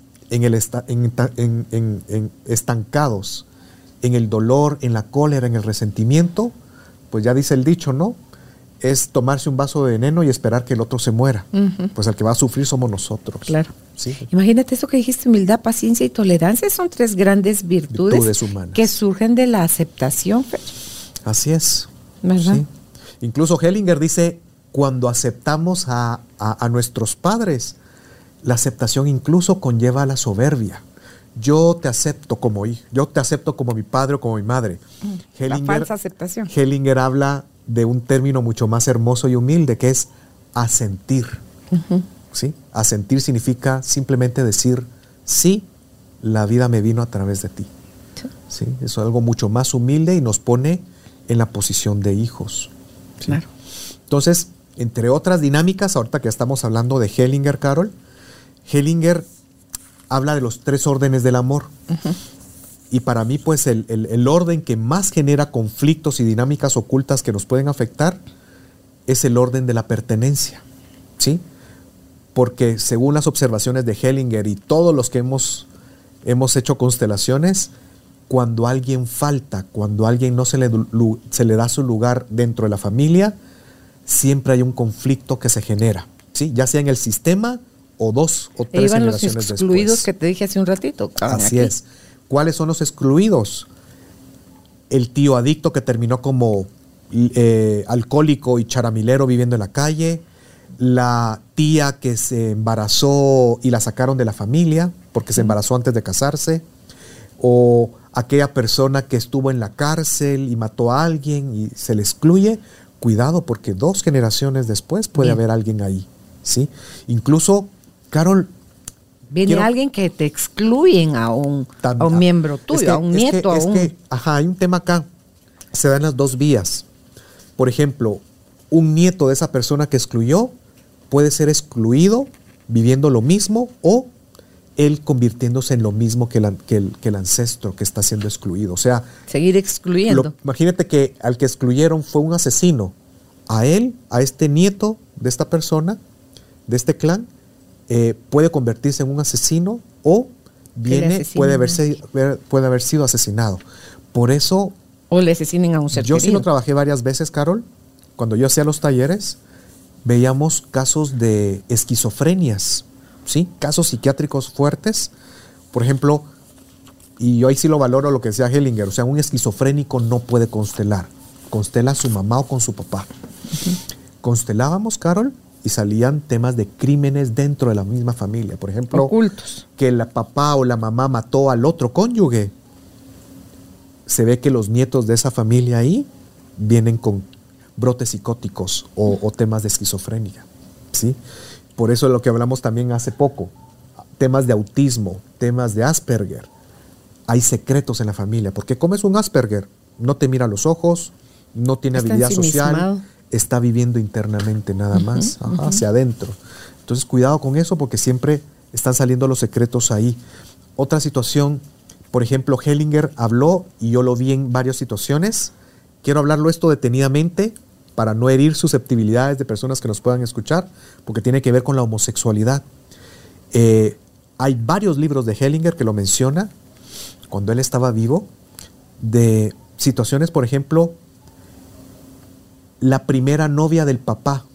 estancados en el dolor, en la cólera, en el resentimiento, pues ya dice el dicho, ¿no? Es tomarse un vaso de veneno y esperar que el otro se muera. Pues el que va a sufrir somos nosotros. Claro. ¿Sí? Imagínate eso que dijiste, humildad, paciencia y tolerancia, son 3 grandes virtudes humanas que surgen de la aceptación. Así es. ¿Verdad? Sí. Incluso Hellinger dice, cuando aceptamos a nuestros padres, la aceptación incluso conlleva la soberbia. Yo te acepto como hijo, yo te acepto como mi padre o como mi madre. La falsa aceptación. Hellinger habla de un término mucho más hermoso y humilde, que es asentir. ¿Sí? Asentir significa simplemente decir, sí, la vida me vino a través de ti. ¿Sí? Eso es algo mucho más humilde y nos pone en la posición de hijos. ¿Sí? Claro. Entonces, entre otras dinámicas, ahorita que estamos hablando de Hellinger, Carol, Hellinger habla de los 3 órdenes del amor. Y para mí, pues, el orden que más genera conflictos y dinámicas ocultas que nos pueden afectar es el orden de la pertenencia, ¿sí? Porque según las observaciones de Hellinger y todos los que hemos hecho constelaciones, cuando alguien falta, cuando a alguien no se le da su lugar dentro de la familia, siempre hay un conflicto que se genera, ¿sí? Ya sea en el sistema o 2 o 3 generaciones los excluidos después. Que te dije hace un ratito. Así es. ¿Cuáles son los excluidos? El tío adicto que terminó como alcohólico y charamilero viviendo en la calle, la tía que se embarazó y la sacaron de la familia porque se embarazó antes de casarse, o aquella persona que estuvo en la cárcel y mató a alguien y se le excluye. Cuidado, porque 2 generaciones después puede haber alguien ahí, ¿sí? Incluso, Carol, viene alguien que te excluyen a un miembro tuyo, a un nieto. Hay un tema acá. Se dan las 2 vías. Por ejemplo, un nieto de esa persona que excluyó puede ser excluido viviendo lo mismo, o él convirtiéndose en lo mismo que el ancestro que está siendo excluido. O sea, seguir excluyendo. Imagínate que al que excluyeron fue un asesino. A él, a este nieto de esta persona, de clan, puede convertirse en un asesino, o puede haber sido asesinado. Por eso... O le asesinen a un ser querido. Yo sí lo trabajé varias veces, Carol. Cuando yo hacía los talleres, veíamos casos de esquizofrenias, ¿sí? Casos psiquiátricos fuertes. Por ejemplo, y yo ahí sí lo valoro lo que decía Hellinger, o sea, un esquizofrénico no puede constelar. Constela a su mamá o con su papá. Constelábamos, Carol, y salían temas de crímenes dentro de la misma familia. Por ejemplo, ocultos. Que el papá o la mamá mató al otro cónyuge. Se ve que los nietos de esa familia ahí vienen con brotes psicóticos o temas de esquizofrenia, ¿sí? Por eso es lo que hablamos también hace poco. Temas de autismo, temas de Asperger. Hay secretos en la familia. Porque como es un Asperger, no te mira a los ojos, no tiene habilidad social, está viviendo internamente nada más, hacia adentro. Entonces, cuidado con eso, porque siempre están saliendo los secretos ahí. Otra situación, por ejemplo, Hellinger habló, y yo lo vi en varias situaciones. Quiero hablarlo esto detenidamente para no herir susceptibilidades de personas que nos puedan escuchar, porque tiene que ver con la homosexualidad. Hay varios libros de Hellinger que lo menciona, cuando él estaba vivo, de situaciones, por ejemplo, la primera novia del papá,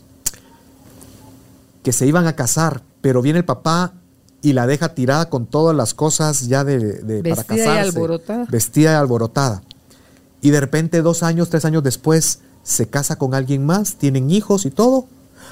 que se iban a casar, pero viene el papá y la deja tirada con todas las cosas ya para casarse. Vestida y alborotada. Vestida y alborotada. Y de repente 2 años, 3 años después se casa con alguien más, tienen hijos y todo.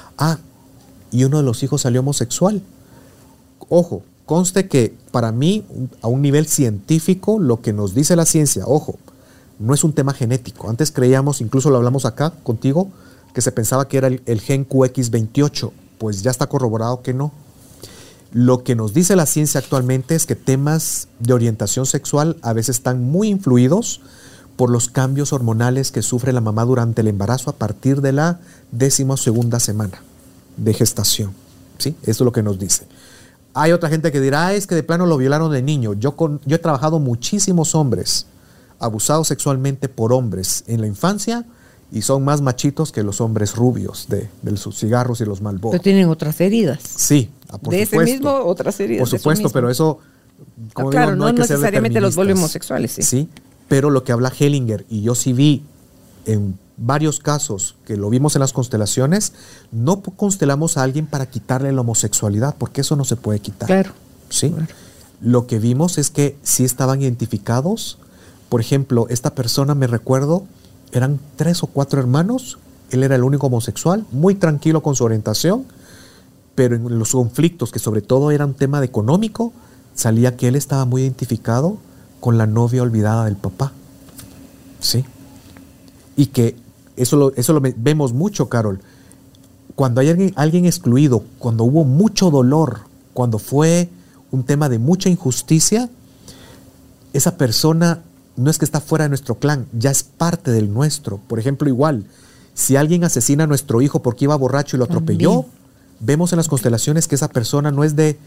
Y uno de los hijos salió homosexual. Ojo, conste que para mí, a un nivel científico, lo que nos dice la ciencia, ojo, no es un tema genético. Antes creíamos, incluso lo hablamos acá contigo, que se pensaba que era el gen QX28. Pues ya está corroborado que no. Lo que nos dice la ciencia actualmente es que temas de orientación sexual a veces están muy influidos por los cambios hormonales que sufre la mamá durante el embarazo a partir de la 12ª semana de gestación, ¿sí? Eso es lo que nos dice. Hay otra gente que dirá, es que de plano lo violaron de niño. Yo he trabajado muchísimos hombres abusados sexualmente por hombres en la infancia, y son más machitos que los hombres rubios de sus cigarros y los Marlboro. Pero tienen otras heridas. Sí, por de supuesto. Ese mismo, otras heridas. Por supuesto, pero eso... Claro, no necesariamente los vuelve homosexuales. Sí, pero lo que habla Hellinger, y yo sí vi en varios casos que lo vimos en las constelaciones, no constelamos a alguien para quitarle la homosexualidad, porque eso no se puede quitar. Claro. ¿Sí? Claro. Lo que vimos es que sí estaban identificados. Por ejemplo, esta persona, me recuerdo, eran 3 o 4 hermanos. Él era el único homosexual, muy tranquilo con su orientación, pero en los conflictos, que sobre todo era un tema de económico, salía que él estaba muy identificado con la novia olvidada del papá. ¿Sí? Y que eso lo vemos mucho, Carol. Cuando hay alguien excluido, cuando hubo mucho dolor, cuando fue un tema de mucha injusticia, esa persona no es que está fuera de nuestro clan, ya es parte del nuestro. Por ejemplo, igual, si alguien asesina a nuestro hijo porque iba borracho y lo atropelló, vemos en las constelaciones que esa persona no es de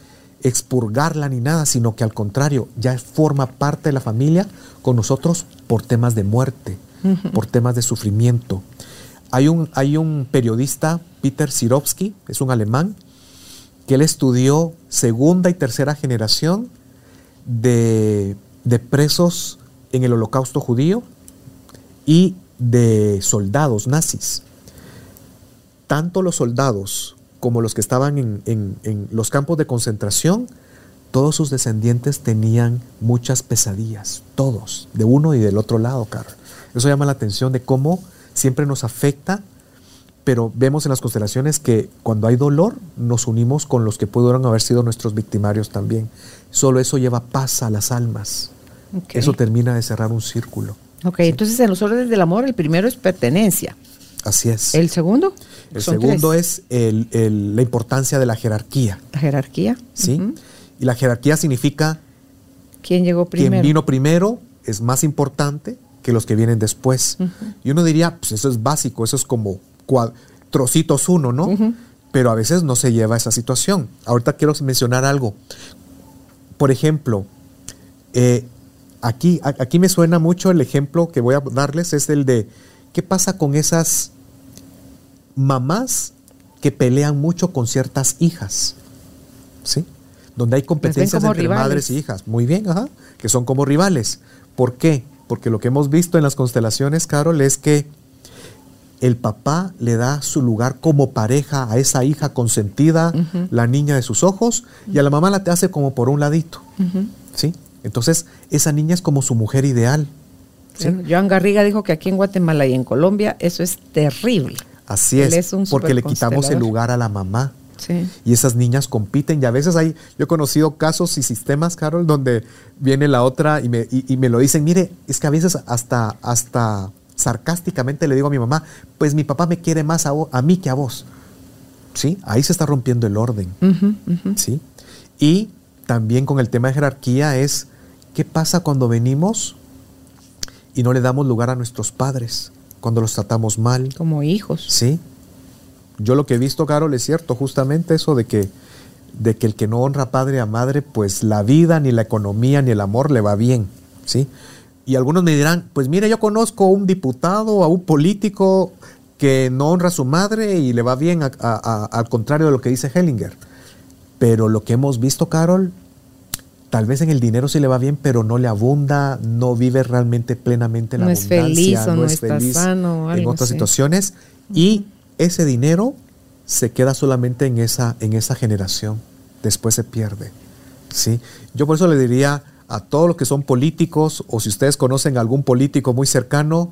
expurgarla ni nada, sino que al contrario, ya forma parte de la familia con nosotros por temas de muerte, por temas de sufrimiento. Hay un periodista, Peter Sirovsky, es un alemán, que él estudió segunda y tercera generación de presos en el Holocausto judío y de soldados nazis. Tanto los soldados como los que estaban en los campos de concentración, todos sus descendientes tenían muchas pesadillas, todos, de uno y del otro lado, Carol. Eso llama la atención de cómo siempre nos afecta, pero vemos en las constelaciones que cuando hay dolor, nos unimos con los que pudieron haber sido nuestros victimarios también. Solo eso lleva paz a las almas. Okay. Eso termina de cerrar un círculo. Ok, ¿sí? Entonces en los órdenes del amor, el primero es pertenencia. Así es. ¿El segundo? El segundo es la importancia de la jerarquía. ¿La jerarquía? Sí. Y la jerarquía significa... ¿Quién llegó primero? Quien vino primero es más importante que los que vienen después. Y uno diría, pues eso es básico, eso es como trocitos uno, ¿no? Pero a veces no se lleva a esa situación. Ahorita quiero mencionar algo. Por ejemplo, aquí me suena mucho el ejemplo que voy a darles, es el de ¿qué pasa con esas mamás que pelean mucho con ciertas hijas? ¿Sí? Donde hay competencias entre rivales. Madres y hijas. Muy bien, que son como rivales. ¿Por qué? Porque lo que hemos visto en las constelaciones, Carol, es que el papá le da su lugar como pareja a esa hija consentida, la niña de sus ojos, y a la mamá la te hace como por un ladito. ¿Sí? Entonces, esa niña es como su mujer ideal. ¿Sí? Bueno, Joan Garriga dijo que aquí en Guatemala y en Colombia eso es terrible. Así es, porque le quitamos el lugar a la mamá. Sí. Y esas niñas compiten, y a veces yo he conocido casos y sistemas, Carol, donde viene la otra y me lo dicen, mire, es que a veces hasta sarcásticamente le digo a mi mamá, pues mi papá me quiere más a mí que a vos. ¿Sí? Ahí se está rompiendo el orden. ¿Sí? Y también con el tema de jerarquía es, ¿qué pasa cuando venimos y no le damos lugar a nuestros padres? Cuando los tratamos mal. Como hijos. Sí. Yo lo que he visto, Carol, es cierto, justamente eso de que el que no honra padre a madre, pues la vida, ni la economía, ni el amor le va bien. ¿Sí? Y algunos me dirán, pues mire, yo conozco a un diputado, a un político que no honra a su madre y le va bien al contrario de lo que dice Hellinger. Pero lo que hemos visto, Carol, tal vez en el dinero sí le va bien, pero no le abunda, no vive realmente plenamente la abundancia. No es feliz o no está sano. En otras situaciones. Y ese dinero se queda solamente en esa generación. Después se pierde. ¿Sí? Yo por eso le diría a todos los que son políticos, o si ustedes conocen a algún político muy cercano,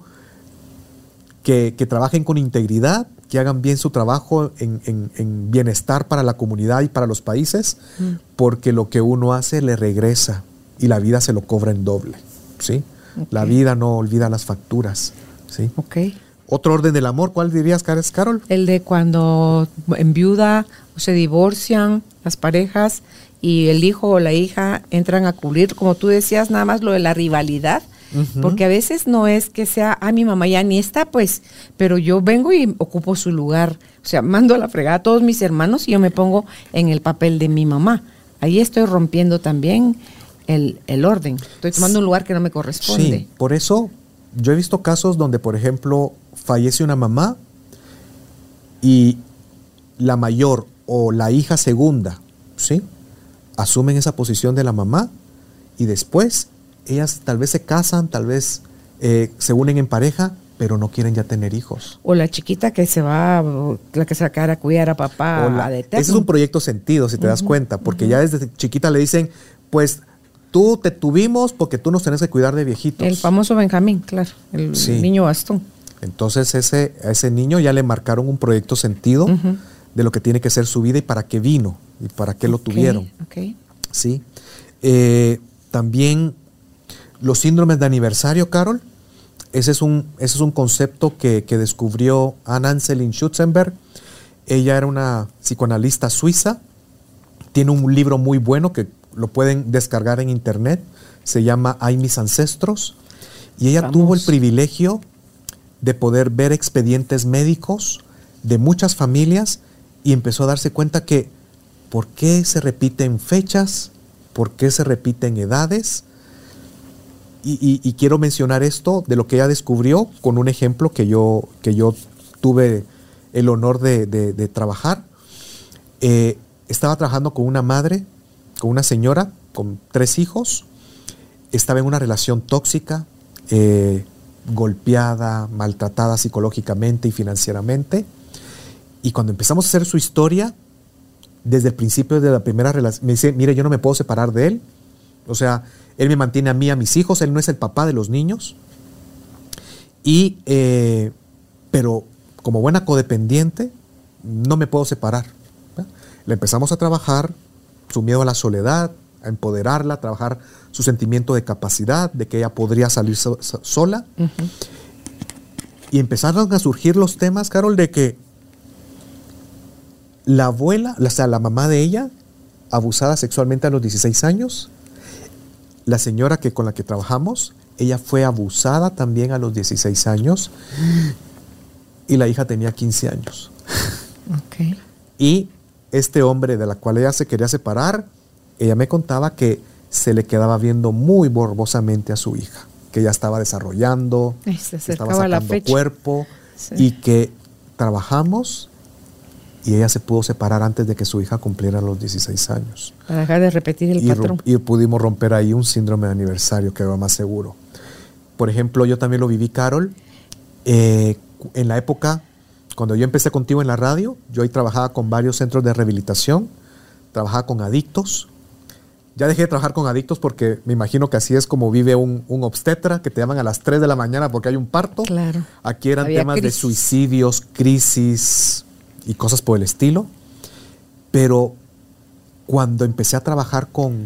que trabajen con integridad, que hagan bien su trabajo en bienestar para la comunidad y para los países, porque lo que uno hace le regresa y la vida se lo cobra en doble. ¿Sí? Okay. La vida no olvida las facturas. ¿Sí? Okay. Otro orden del amor, ¿cuál dirías, Carol? El de cuando enviuda o se divorcian las parejas y el hijo o la hija entran a cubrir, como tú decías, nada más lo de la rivalidad, porque a veces no es que sea, mi mamá ya ni está, pues, pero yo vengo y ocupo su lugar, o sea, mando a la fregada a todos mis hermanos y yo me pongo en el papel de mi mamá. Ahí estoy rompiendo también el orden, estoy tomando un lugar que no me corresponde. Sí, por eso yo he visto casos donde, por ejemplo, fallece una mamá y la mayor o la hija segunda, ¿sí?, asumen esa posición de la mamá y después ellas tal vez se casan, tal vez se unen en pareja, pero no quieren ya tener hijos. O la chiquita que se va, la que se va a quedar a cuidar a papá. Ese es un proyecto sentido, si te das cuenta, porque ya desde chiquita le dicen, pues tú te tuvimos porque tú nos tenés que cuidar de viejitos. El famoso Benjamín, claro, el niño bastón. Entonces a ese niño ya le marcaron un proyecto sentido de lo que tiene que ser su vida y para qué vino y para qué lo tuvieron. ¿Sí? También los síndromes de aniversario, Carol, ese es un concepto que descubrió Anne-Anselin Schutzenberg. Ella era una psicoanalista suiza, tiene un libro muy bueno que lo pueden descargar en internet, se llama Ay, mis ancestros, y ella tuvo el privilegio de poder ver expedientes médicos de muchas familias y empezó a darse cuenta que ¿por qué se repiten fechas? ¿Por qué se repiten edades? Y quiero mencionar esto de lo que ella descubrió con un ejemplo que yo tuve el honor de trabajar. Estaba trabajando con una madre, con una señora, con 3 hijos. Estaba en una relación tóxica, golpeada, maltratada psicológicamente y financieramente. Y cuando empezamos a hacer su historia, desde el principio de la primera relación, me dice, mire, yo no me puedo separar de él. O sea, él me mantiene a mí, a mis hijos, él no es el papá de los niños. Pero como buena codependiente, no me puedo separar. Le empezamos a trabajar su miedo a la soledad, a empoderarla, a trabajar su sentimiento de capacidad, de que ella podría salir sola. Uh-huh. Y empezaron a surgir los temas, Carol, de que la abuela, o sea, la mamá de ella, abusada sexualmente a los 16 años. La señora con la que trabajamos, ella fue abusada también a los 16 años. Y la hija tenía 15 años. Okay. Y este hombre de la cual ella se quería separar, ella me contaba que se le quedaba viendo muy morbosamente a su hija, que ella estaba desarrollando, estaba sacando cuerpo, sí. Y que trabajamos y ella se pudo separar antes de que su hija cumpliera los 16 años. Para dejar de repetir el patrón. Y pudimos romper ahí un síndrome de aniversario, que era más seguro. Por ejemplo, yo también lo viví, Carol, en la época, cuando yo empecé contigo en la radio, yo ahí trabajaba con varios centros de rehabilitación, trabajaba con adictos. Ya dejé de trabajar con adictos porque me imagino que así es como vive un obstetra, que te llaman a las 3 de la mañana porque hay un parto. Claro. Aquí eran temas de suicidios, crisis y cosas por el estilo. Pero cuando empecé a trabajar con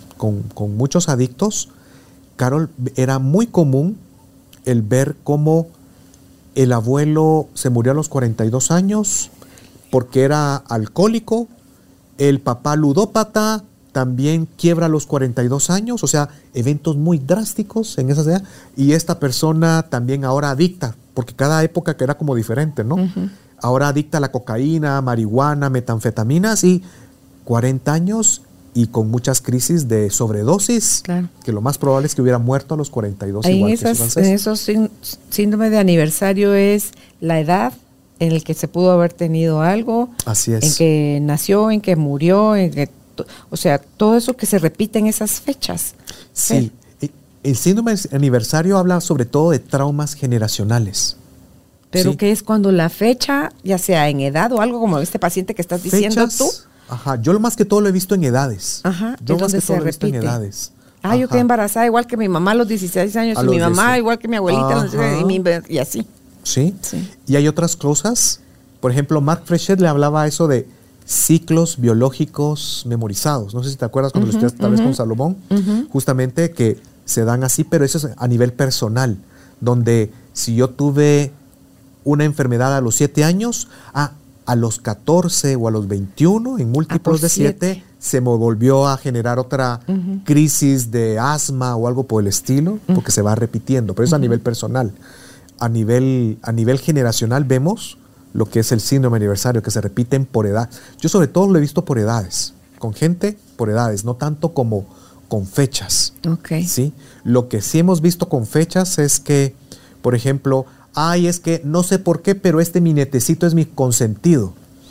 muchos adictos, Carol, era muy común el ver cómo el abuelo se murió a los 42 años porque era alcohólico, el papá ludópata también quiebra a los 42 años, o sea, eventos muy drásticos en esa edad, y esta persona también ahora adicta, porque cada época que era como diferente, ¿no? Uh-huh. Ahora adicta a la cocaína, marihuana, metanfetaminas, y 40 años y con muchas crisis de sobredosis, claro. Que lo más probable es que hubiera muerto a los 42 ahí igual que su en esos síndrome de aniversario es la edad en el que se pudo haber tenido algo, así es, en que nació, en que murió, en que, o sea, todo eso que se repite en esas fechas. Sí, el síndrome de aniversario habla sobre todo de traumas generacionales. Pero ¿sí? Que es cuando la fecha, ya sea en edad o algo como este paciente que estás diciendo tú. Ajá, yo lo más que todo lo he visto en edades. Ajá, yo más que todo lo he visto en edades. Ah, yo quedé embarazada igual que mi mamá a los 16 años, y mi mamá igual que mi abuelita, y así. ¿Sí? Sí. Y hay otras cosas, por ejemplo, Mark Frechet le hablaba a eso de ciclos biológicos memorizados. No sé si te acuerdas cuando lo estudiaste tal vez con Salomón, justamente que se dan así, pero eso es a nivel personal, donde si yo tuve una enfermedad a los 7 años, a los 14 o a los 21, en múltiplos de 7, se me volvió a generar otra crisis de asma o algo por el estilo, porque se va repitiendo, pero eso a nivel personal. A nivel generacional vemos lo que es el síndrome de aniversario, que se repiten por edad. Yo sobre todo lo he visto por edades, con gente por edades, no tanto como con fechas. Okay. ¿Sí? Lo que sí hemos visto con fechas es que, por ejemplo, es que no sé por qué, pero mi nietecito es mi consentido.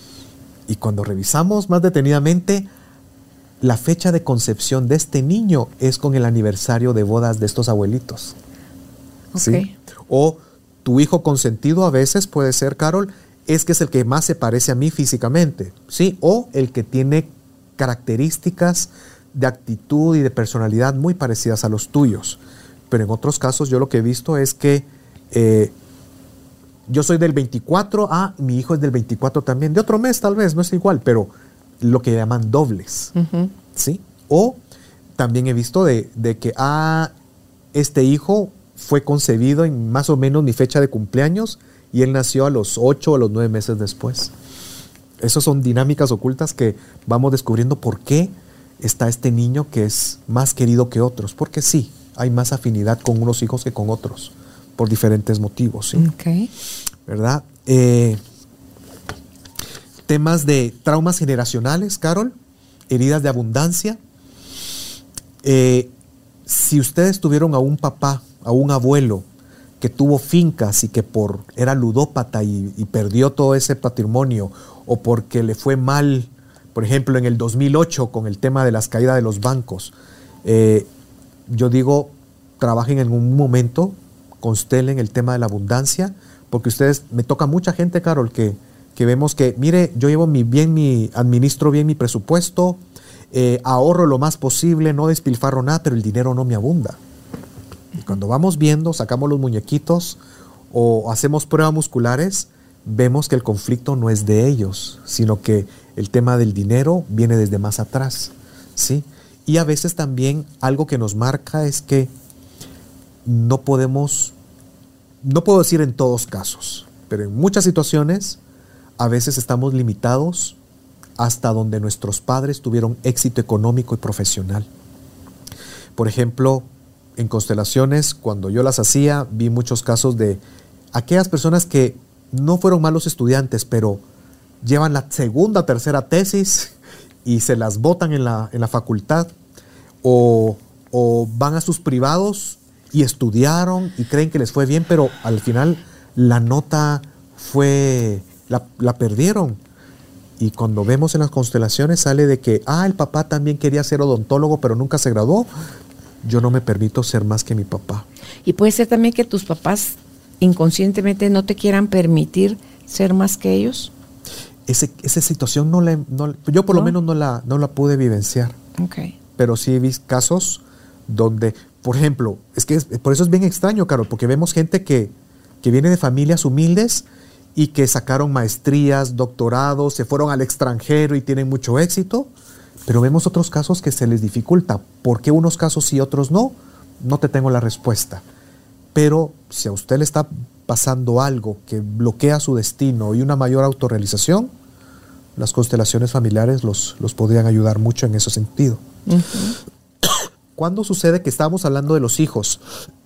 Y cuando revisamos más detenidamente, la fecha de concepción de este niño es con el aniversario de bodas de estos abuelitos. Okay. ¿Sí? O tu hijo consentido a veces puede ser, Carol, es el que más se parece a mí físicamente, ¿sí? O el que tiene características de actitud y de personalidad muy parecidas a los tuyos. Pero en otros casos yo lo que he visto es que yo soy del 24, mi hijo es del 24 también, de otro mes tal vez, no es igual, pero lo que llaman dobles, ¿sí? O también he visto de que, este hijo fue concebido en más o menos mi fecha de cumpleaños y él nació a los 8 o a los 9 meses después. Esas son dinámicas ocultas que vamos descubriendo por qué está este niño que es más querido que otros, porque sí, hay más afinidad con unos hijos que con otros, por diferentes motivos, ¿sí? Okay. ¿Verdad? temas de traumas generacionales, Carol, heridas de abundancia. Si ustedes tuvieron a un papá, a un abuelo que tuvo fincas y que era ludópata y perdió todo ese patrimonio, o porque le fue mal, por ejemplo, en el 2008 con el tema de las caídas de los bancos, yo digo, trabajen en un momento, constelen el tema de la abundancia, porque me toca mucha gente, Carol, que vemos que, mire, yo administro bien mi presupuesto, ahorro lo más posible, no despilfarro nada, pero el dinero no me abunda. Y cuando vamos viendo, sacamos los muñequitos o hacemos pruebas musculares, vemos que el conflicto no es de ellos, sino que el tema del dinero viene desde más atrás, ¿sí? Y a veces también algo que nos marca es que no puedo decir en todos casos, pero en muchas situaciones a veces estamos limitados hasta donde nuestros padres tuvieron éxito económico y profesional. Por ejemplo, en constelaciones, cuando yo las hacía, vi muchos casos de aquellas personas que no fueron malos estudiantes, pero llevan la segunda, tercera tesis y se las botan en la facultad, o van a sus privados y estudiaron y creen que les fue bien, pero al final la nota la perdieron. Y cuando vemos en las constelaciones sale de que, el papá también quería ser odontólogo, pero nunca se graduó. Yo no me permito ser más que mi papá. Y puede ser también que tus papás inconscientemente no te quieran permitir ser más que ellos. Esa situación yo por lo menos no la pude vivenciar. Okay. Pero sí he visto casos donde, por ejemplo, por eso es bien extraño, Carol, porque vemos gente que viene de familias humildes y que sacaron maestrías, doctorados, se fueron al extranjero y tienen mucho éxito, pero vemos otros casos que se les dificulta. ¿Por qué unos casos sí y otros no? No te tengo la respuesta. Pero si a usted le está pasando algo que bloquea su destino y una mayor autorrealización, las constelaciones familiares los podrían ayudar mucho en ese sentido. Uh-huh. ¿Cuándo sucede que estábamos hablando de los hijos?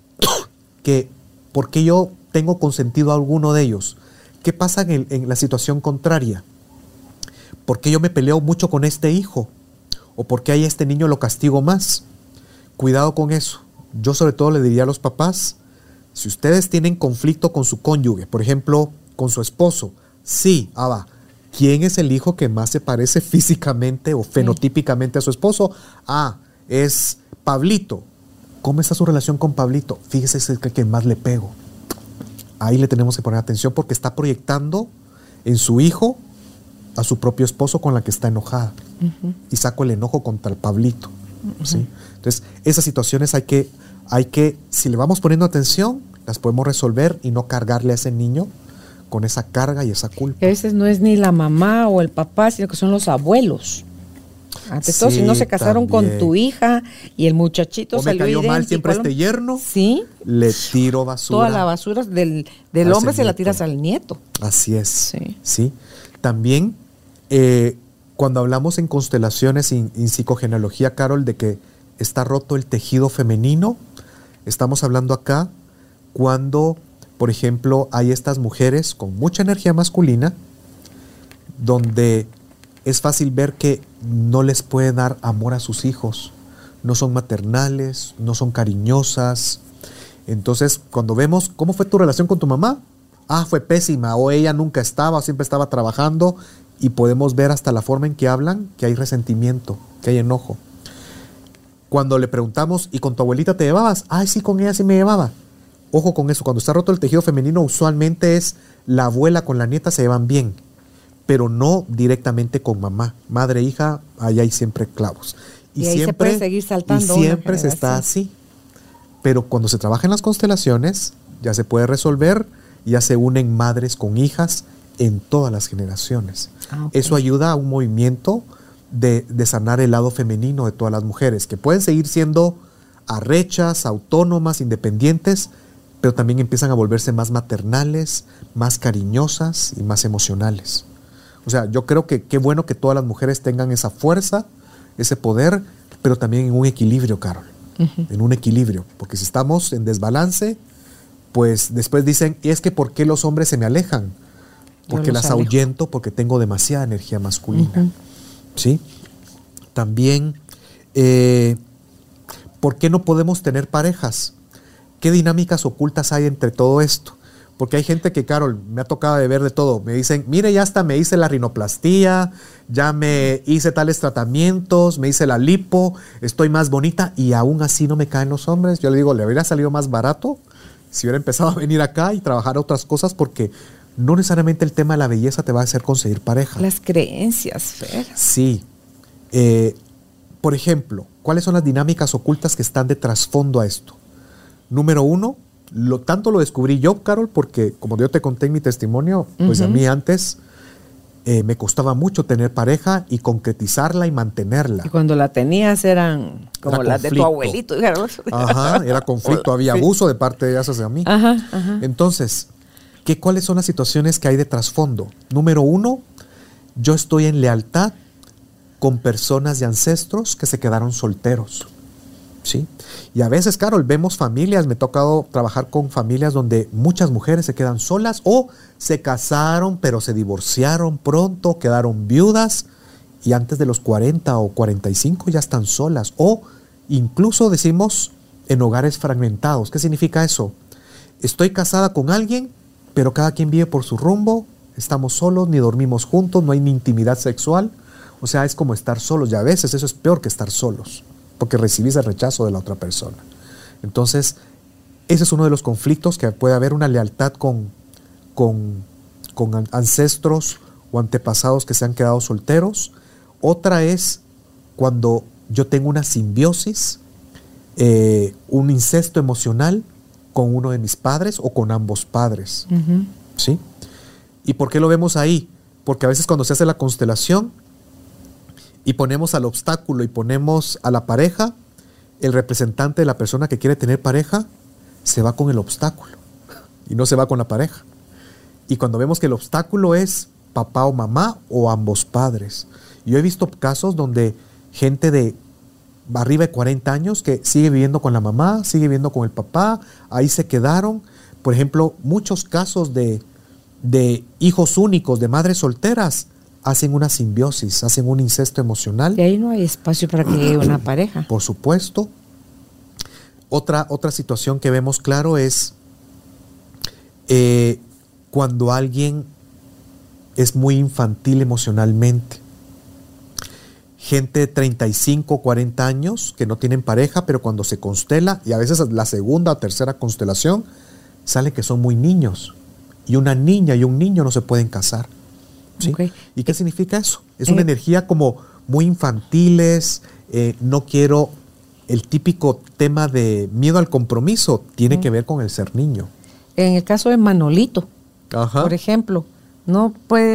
¿Por qué yo tengo consentido a alguno de ellos? ¿Qué pasa en la situación contraria? ¿Por qué yo me peleo mucho con este hijo? ¿O por qué a este niño lo castigo más? Cuidado con eso. Yo sobre todo le diría a los papás, si ustedes tienen conflicto con su cónyuge, por ejemplo, con su esposo, sí, ¿quién es el hijo que más se parece físicamente o fenotípicamente a su esposo? Es Pablito. ¿Cómo está su relación con Pablito? Fíjese, es el que más le pego. Ahí le tenemos que poner atención porque está proyectando en su hijo a su propio esposo con la que está enojada. Uh-huh. Y saco el enojo contra el Pablito. Uh-huh. ¿Sí? Entonces, esas situaciones hay que, si le vamos poniendo atención, las podemos resolver y no cargarle a ese niño con esa carga y esa culpa. A veces no es ni la mamá o el papá, sino que son los abuelos. Ante todo, si no se casaron también con tu hija y el muchachito salió idéntico. O me cayó mal siempre este yerno, ¿sí? Le tiro basura. Toda la basura del hombre se la tiras al nieto. Así es. Sí. También, cuando hablamos en constelaciones y en psicogenealogía, Carol, de que está roto el tejido femenino, estamos hablando acá cuando, por ejemplo, hay estas mujeres con mucha energía masculina, donde es fácil ver que no les puede dar amor a sus hijos, no son maternales, no son cariñosas. Entonces, cuando vemos cómo fue tu relación con tu mamá, fue pésima, o ella nunca estaba, o siempre estaba trabajando, y podemos ver hasta la forma en que hablan que hay resentimiento, que hay enojo. Cuando le preguntamos, ¿y con tu abuelita te llevabas? Sí, con ella sí me llevaba. Ojo con eso, cuando está roto el tejido femenino, usualmente es la abuela con la nieta se llevan bien, pero no directamente con mamá. Madre e hija, ahí hay siempre clavos. Y ahí siempre, se puede seguir saltando. Y siempre se está así. Pero cuando se trabaja en las constelaciones, ya se puede resolver, ya se unen madres con hijas en todas las generaciones. Okay. Eso ayuda a un movimiento de sanar el lado femenino de todas las mujeres, que pueden seguir siendo arrechas, autónomas, independientes, pero también empiezan a volverse más maternales, más cariñosas y más emocionales. O sea, yo creo que qué bueno que todas las mujeres tengan esa fuerza, ese poder, pero también en un equilibrio, Carol. Uh-huh. En un equilibrio. Porque si estamos en desbalance, pues después dicen, ¿y es que por qué los hombres se me alejan? porque las ahuyento, porque tengo demasiada energía masculina. ¿Sí? También, ¿por qué no podemos tener parejas? ¿Qué dinámicas ocultas hay entre todo esto? Porque hay gente que, Carol, me ha tocado de ver de todo. Me dicen, mire, ya hasta me hice la rinoplastia, ya me hice tales tratamientos, me hice la lipo, estoy más bonita y aún así no me caen los hombres. Yo le digo, le hubiera salido más barato si hubiera empezado a venir acá y trabajar otras cosas, porque no necesariamente el tema de la belleza te va a hacer conseguir pareja. Las creencias, Fer. Sí. Por ejemplo, ¿cuáles son las dinámicas ocultas que están de trasfondo a esto? Número 1, tanto lo descubrí yo, Carol, porque como yo te conté en mi testimonio, pues a mí antes me costaba mucho tener pareja y concretizarla y mantenerla. Y cuando la tenías eran como las de tu abuelito. Ajá, era conflicto, había abuso de parte de ellas hacia mí. Entonces, ¿cuáles son las situaciones que hay de trasfondo? Número 1, yo estoy en lealtad con personas de ancestros que se quedaron solteros. ¿Sí? Y a veces, Carol, vemos familias, me ha tocado trabajar con familias donde muchas mujeres se quedan solas o se casaron pero se divorciaron pronto, quedaron viudas y antes de los 40 o 45 ya están solas, o incluso decimos en hogares fragmentados. ¿Qué significa eso? Estoy casada con alguien pero cada quien vive por su rumbo, estamos solos, ni dormimos juntos, no hay ni intimidad sexual, o sea, es como estar solos, y a veces eso es peor que estar solos, porque recibís el rechazo de la otra persona. Entonces, ese es uno de los conflictos, que puede haber una lealtad con ancestros o antepasados que se han quedado solteros. Otra es cuando yo tengo una simbiosis, un incesto emocional con uno de mis padres o con ambos padres. ¿Sí? ¿Y por qué lo vemos ahí? Porque a veces cuando se hace la constelación y ponemos al obstáculo y ponemos a la pareja, el representante de la persona que quiere tener pareja se va con el obstáculo y no se va con la pareja. Y cuando vemos que el obstáculo es papá o mamá o ambos padres. Yo he visto casos donde gente de arriba de 40 años que sigue viviendo con la mamá, sigue viviendo con el papá, ahí se quedaron. Por ejemplo, muchos casos de hijos únicos, de madres solteras, hacen una simbiosis, hacen un incesto emocional. Y ahí no hay espacio para que llegue una pareja. Por supuesto. Otra situación que vemos claro es cuando alguien es muy infantil emocionalmente. Gente de 35, 40 años que no tienen pareja, pero cuando se constela, y a veces la segunda o tercera constelación, sale que son muy niños. Y una niña y un niño no se pueden casar. ¿Sí? Okay. ¿Y qué significa eso? Es una energía como muy infantiles, no quiero, el típico tema de miedo al compromiso, tiene que ver con el ser niño. En el caso de Manolito, por ejemplo, no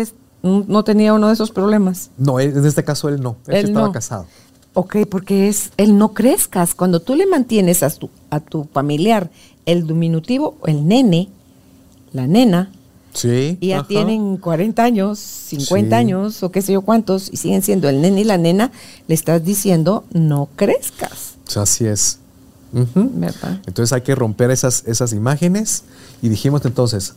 tenía uno de esos problemas. No, en este caso él no, él estaba casado. Ok, porque es el no crezcas. Cuando tú le mantienes a tu familiar el diminutivo, el nene, la nena, sí, y ya tienen 40 años, 50 años o qué sé yo cuántos, y siguen siendo el nene y la nena, le estás diciendo no crezcas. Así es. ¿Verdad? Entonces hay que romper esas imágenes, y dijimos entonces,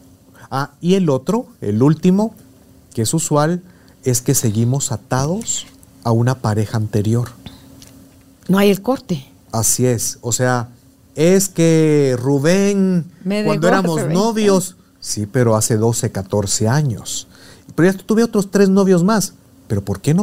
y el último, que es usual, es que seguimos atados a una pareja anterior. No hay el corte. Así es, o sea, es que Rubén, cuando éramos novios, sí, pero hace 12, 14 años. Pero ya tuve otros 3 novios más. Pero ¿por qué no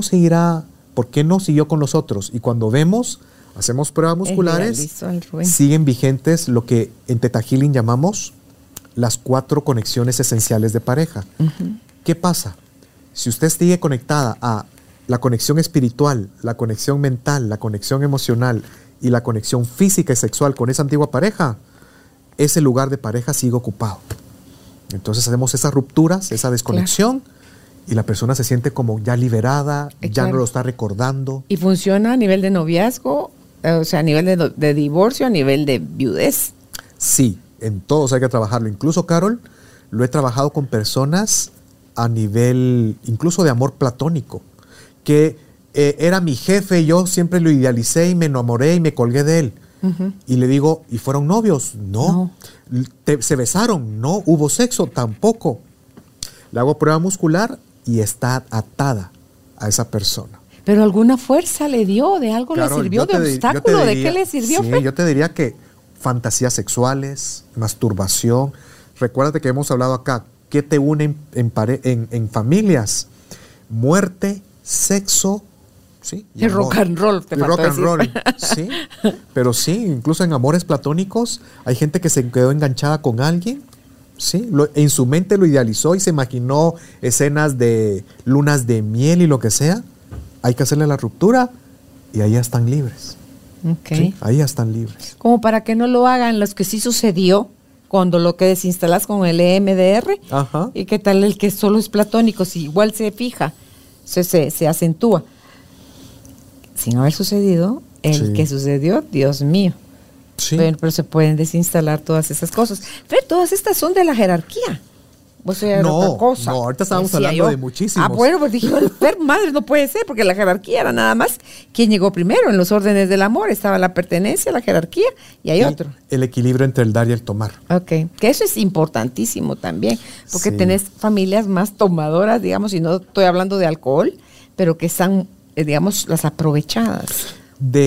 siguió con los otros? Y cuando vemos, hacemos pruebas musculares, siguen vigentes lo que en Theta Healing llamamos las 4 conexiones esenciales de pareja. ¿Qué pasa? Si usted sigue conectada a la conexión espiritual, la conexión mental, la conexión emocional y la conexión física y sexual con esa antigua pareja, ese lugar de pareja sigue ocupado. Entonces hacemos esas rupturas, esa desconexión, y la persona se siente como ya liberada, ya no lo está recordando. ¿Y funciona a nivel de noviazgo? O sea, a nivel de divorcio, a nivel de viudez. Sí, en todos hay que trabajarlo. Incluso, Carol, lo he trabajado con personas a nivel incluso de amor platónico, que era mi jefe, yo siempre lo idealicé y me enamoré y me colgué de él. Y le digo, ¿y fueron novios? No. ¿Se besaron? No. ¿Hubo sexo? Tampoco. Le hago prueba muscular y está atada a esa persona. Pero alguna fuerza le dio, de algo Carol, le sirvió, de obstáculo, ¿de qué le sirvió? Sí, yo te diría que fantasías sexuales, masturbación. Recuérdate que hemos hablado acá, ¿qué te une en familias? Muerte, sexo, ¿sí? Y rock and roll, te faltó rock and decir. roll, sí. Pero sí, incluso en amores platónicos hay gente que se quedó enganchada con alguien, sí. En su mente lo idealizó y se imaginó escenas de lunas de miel y lo que sea. Hay que hacerle la ruptura y ahí ya están libres. Okay. ¿Sí? Ahí ya están libres. Como para que no lo hagan los que sí sucedió cuando lo que desinstalas con el EMDR. Ajá. Y qué tal el que solo es platónico, si igual se fija, se acentúa. Sin haber sucedido, el que sucedió, Dios mío. Sí. Pero se pueden desinstalar todas esas cosas. Pero todas estas son de la jerarquía. Vos otra cosa. No, ahorita estábamos hablando de muchísimos. Bueno, pues dije, madre, no puede ser, porque la jerarquía era nada más quién llegó primero en los órdenes del amor. Estaba la pertenencia, la jerarquía, y hay otro. El equilibrio entre el dar y el tomar. Ok, que eso es importantísimo también, porque Sí. tenés familias más tomadoras, digamos, y no estoy hablando de alcohol, pero que están, digamos, las aprovechadas.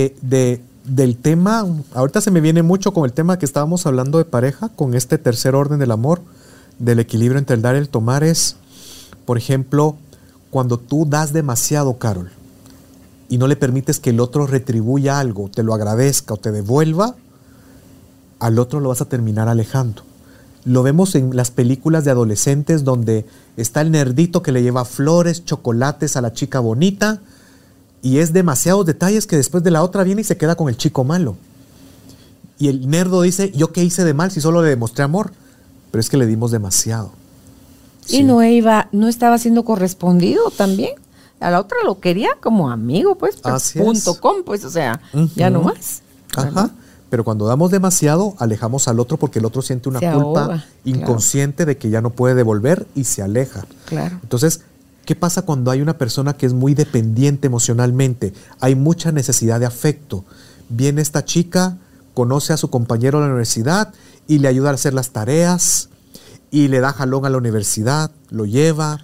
Del tema, ahorita se me viene mucho con el tema que estábamos hablando de pareja, con este tercer orden del amor, del equilibrio entre el dar y el tomar, es, por ejemplo, cuando tú das demasiado, Carol, y no le permites que el otro retribuya algo, te lo agradezca o te devuelva, al otro lo vas a terminar alejando. Lo vemos en las películas de adolescentes donde está el nerdito que le lleva flores, chocolates a la chica bonita, y es demasiados detalles que después de la otra viene y se queda con el chico malo. Y el nerdo dice, ¿yo qué hice de mal si solo le demostré amor? Pero es que le dimos demasiado. Y no estaba siendo correspondido también. A la otra lo quería como amigo, pues, .com, pues, o sea, ya no más. Ajá. ¿Verdad? Pero cuando damos demasiado, alejamos al otro porque el otro siente una culpa ahoga, inconsciente de que ya no puede devolver y se aleja. Claro. Entonces, ¿qué pasa cuando hay una persona que es muy dependiente emocionalmente? Hay mucha necesidad de afecto. Viene esta chica, conoce a su compañero en la universidad y le ayuda a hacer las tareas y le da jalón a la universidad, lo lleva,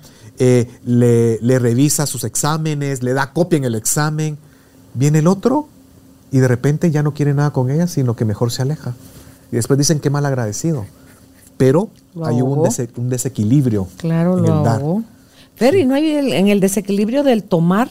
le revisa sus exámenes, le da copia en el examen. Viene el otro y de repente ya no quiere nada con ella, sino que mejor se aleja. Y después dicen qué mal agradecido. Pero hay un desequilibrio Claro, en lo el dar. ahogó. Pero ¿y no hay en el desequilibrio del tomar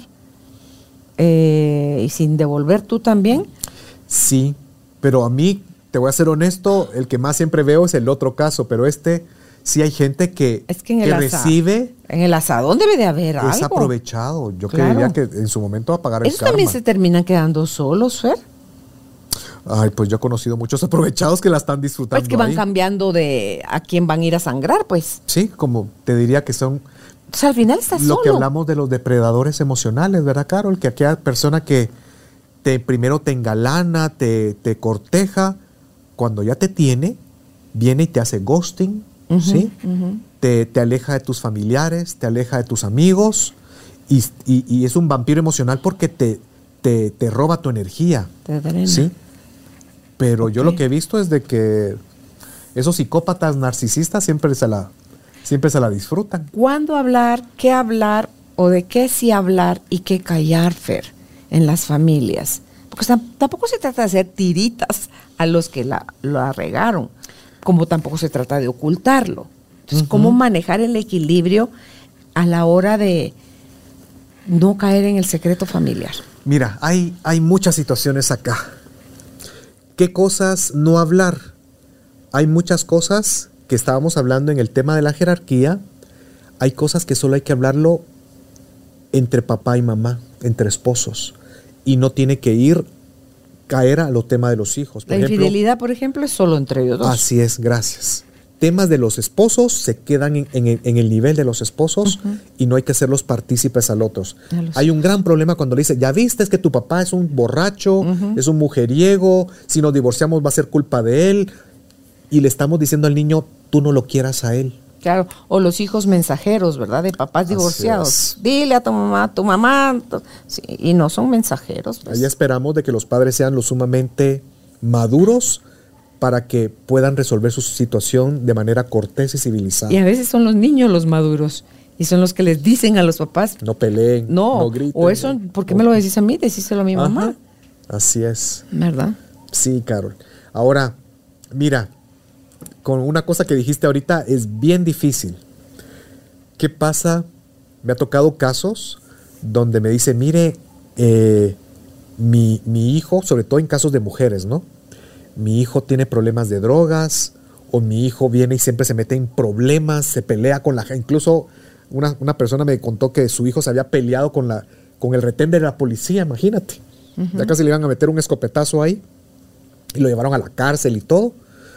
y sin devolver tú también? Sí, pero a mí, te voy a ser honesto, el que más siempre veo es el otro caso, pero sí hay gente que recibe. En el asadón debe de haber algo. Es aprovechado. Yo Claro. creería que en su momento va a pagar el Esos karma. también se terminan quedando solos, Fer. Ay, pues yo he conocido muchos aprovechados que la están disfrutando. Pues que van ahí. cambiando de a quién van a ir a sangrar, pues. Sí, como te diría que son O sea, al final estás lo solo. que hablamos de los depredadores emocionales, ¿verdad, Carol? Que aquella persona que primero te engalana, te corteja, cuando ya te tiene, viene y te hace ghosting, ¿sí? Te aleja de tus familiares, te aleja de tus amigos y es un vampiro emocional porque te roba tu energía. Te drena. ¿Sí? Pero yo Ok. lo que he visto es de que esos psicópatas narcisistas siempre se la disfrutan. ¿Cuándo hablar, qué hablar o de qué sí hablar y qué callar, Fer, en las familias? Porque tampoco se trata de hacer tiritas a los que la regaron, como tampoco se trata de ocultarlo. Entonces, ¿cómo manejar el equilibrio a la hora de no caer en el secreto familiar? Mira, hay muchas situaciones acá. ¿Qué cosas no hablar? Hay muchas cosas que estábamos hablando en el tema de la jerarquía. Hay cosas que solo hay que hablarlo entre papá y mamá, entre esposos. Y no tiene que caer a los temas de los hijos. Por La ejemplo, infidelidad, por ejemplo, es solo entre ellos dos. así es, gracias. Temas de los esposos se quedan en el nivel de los esposos y no hay que hacerlos partícipes al otros. Hay un gran problema cuando le dice, ya viste, es que tu papá es un borracho, es un mujeriego, si nos divorciamos va a ser culpa de él. Y le estamos diciendo al niño, tú no lo quieras a él. Claro, o los hijos mensajeros, ¿verdad? De papás Así divorciados. es. Dile a tu mamá. Sí, y no son mensajeros. Pues. Ahí esperamos de que los padres sean lo sumamente maduros para que puedan resolver su situación de manera cortés y civilizada. Y a veces son los niños los maduros y son los que les dicen a los papás, no peleen, no griten. O eso, ¿por qué me lo decís a mí? Decíselo a mi mamá. Así es. ¿Verdad? Sí, Carol. Ahora, mira, con una cosa que dijiste ahorita es bien difícil. ¿Qué pasa? Me ha tocado casos donde me dice, mire, mi hijo, sobre todo en casos de mujeres, ¿no? Mi hijo tiene problemas de drogas, o mi hijo viene y siempre se mete en problemas, se pelea con la gente. Incluso una persona me contó que su hijo se había peleado con el retén de la policía, imagínate. Ya casi le iban a meter un escopetazo ahí y lo llevaron a la cárcel y todo.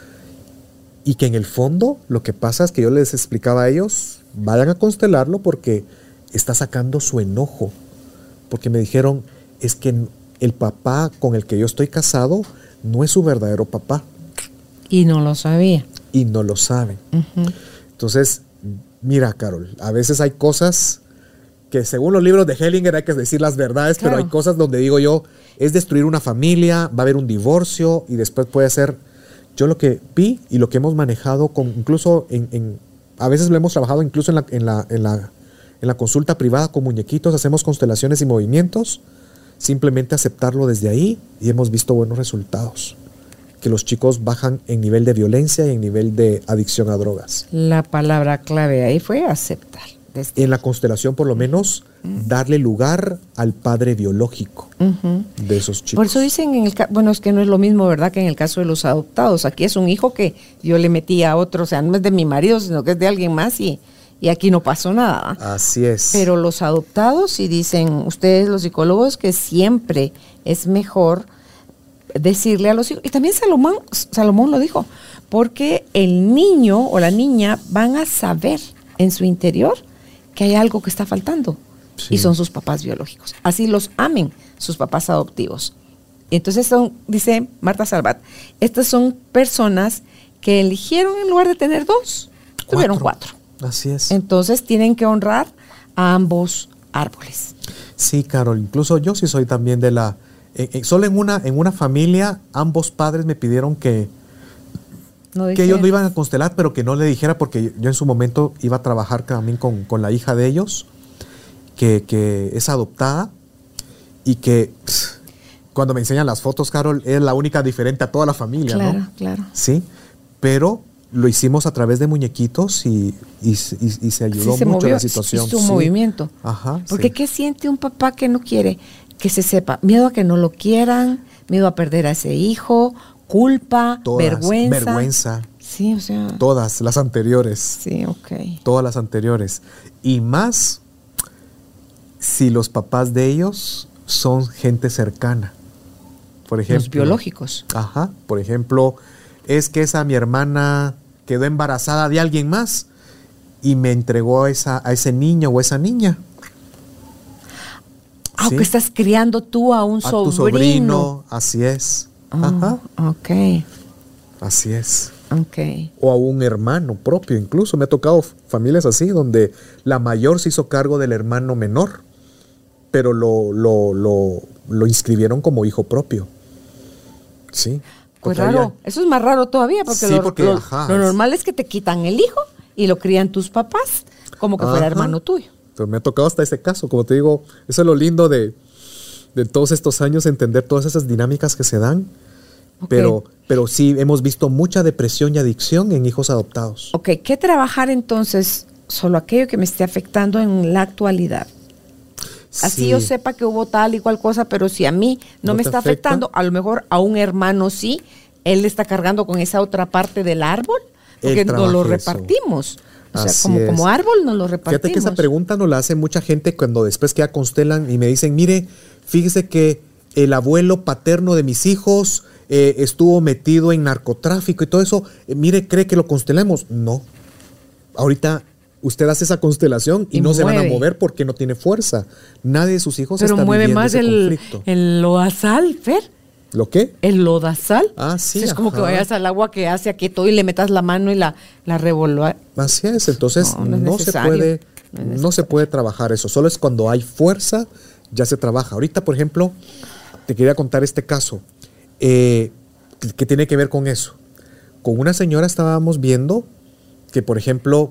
Y que en el fondo lo que pasa es que yo les explicaba a ellos, vayan a constelarlo porque está sacando su enojo. Porque me dijeron, es que el papá con el que yo estoy casado no es su verdadero papá. Y no lo sabía. Y no lo saben. Entonces, mira, Carol, a veces hay cosas que según los libros de Hellinger hay que decir las verdades, claro. Pero hay cosas donde digo yo, es destruir una familia, va a haber un divorcio y después puede ser... Yo lo que vi y lo que hemos manejado, incluso a veces lo hemos trabajado incluso en la consulta privada con muñequitos, hacemos constelaciones y movimientos, simplemente aceptarlo desde ahí y hemos visto buenos resultados. Que los chicos bajan en nivel de violencia y en nivel de adicción a drogas. La palabra clave ahí fue aceptar. En la constelación, por lo menos, darle lugar al padre biológico de esos chicos. Por eso dicen, bueno, es que no es lo mismo, ¿verdad?, que en el caso de los adoptados. Aquí es un hijo que yo le metí a otro, o sea, no es de mi marido, sino que es de alguien más y aquí no pasó nada. Así es. Pero los adoptados, sí dicen ustedes, los psicólogos, que siempre es mejor decirle a los hijos, y también Salomón lo dijo, porque el niño o la niña van a saber en su interior que hay algo que está faltando, sí. Y son sus papás biológicos. Así los amen sus papás adoptivos. Entonces dice Marta Salvat, estas son personas que eligieron en lugar de tener 2, tuvieron 4. Así es. Entonces tienen que honrar a ambos árboles. Sí, Carol, incluso yo sí soy también de la... solo en una familia, ambos padres me pidieron que ellos no iban a constelar, pero que no le dijera, porque yo en su momento iba a trabajar también con la hija de ellos, que es adoptada, y que cuando me enseñan las fotos, Carol, es la única diferente a toda la familia, claro, ¿no? Claro. Sí, pero lo hicimos a través de muñequitos y se ayudó mucho movió, la situación. Hizo un movimiento. Ajá. Porque ¿qué siente un papá que no quiere que se sepa? Miedo a que no lo quieran, miedo a perder a ese hijo, culpa, vergüenza. Sí, o sea. Todas las anteriores. Sí, ok. Todas las anteriores. Y más si los papás de ellos son gente cercana. Por ejemplo. Los biológicos. Ajá. Por ejemplo, es que mi hermana quedó embarazada de alguien más y me entregó a ese niño o esa niña. ¿Sí? Que estás criando tú a un sobrino. A tu sobrino, así es. Ajá. Ok. Así es. Okay. O a un hermano propio, incluso me ha tocado familias así donde la mayor se hizo cargo del hermano menor, pero lo inscribieron como hijo propio. Sí. Pues raro, eso es más raro todavía, porque, sí, lo normal es que te quitan el hijo y lo crían tus papás como que fuera hermano tuyo. Pero me ha tocado hasta ese caso, como te digo, eso es lo lindo de todos estos años, entender todas esas dinámicas que se dan. Okay. Pero sí hemos visto mucha depresión y adicción en hijos adoptados. Ok, ¿qué trabajar entonces? Solo aquello que me esté afectando en la actualidad. Sí. Así yo sepa que hubo tal y cual cosa, pero si a mí no me está afectando, a lo mejor a un hermano sí, él está cargando con esa otra parte del árbol, porque nos lo repartimos. O sea, como árbol nos lo repartimos. Fíjate que esa pregunta nos la hace mucha gente cuando después que ya constelan y me dicen, mire, fíjese que el abuelo paterno de mis hijos estuvo metido en narcotráfico y todo eso, mire, ¿cree que lo constelemos? No. Ahorita usted hace esa constelación y no se van a mover porque no tiene fuerza. Nadie de sus hijos está viviendo ese conflicto. El lodazal, Fer. ¿Lo qué? El lodazal. Ah, sí. Es como que vayas al agua que hace aquí todo y le metas la mano y la revolva. Así es, entonces no se puede trabajar eso. Solo es cuando hay fuerza, ya se trabaja. Ahorita, por ejemplo, te quería contar este caso que tiene que ver con eso. con una señora estábamos viendo que, por ejemplo,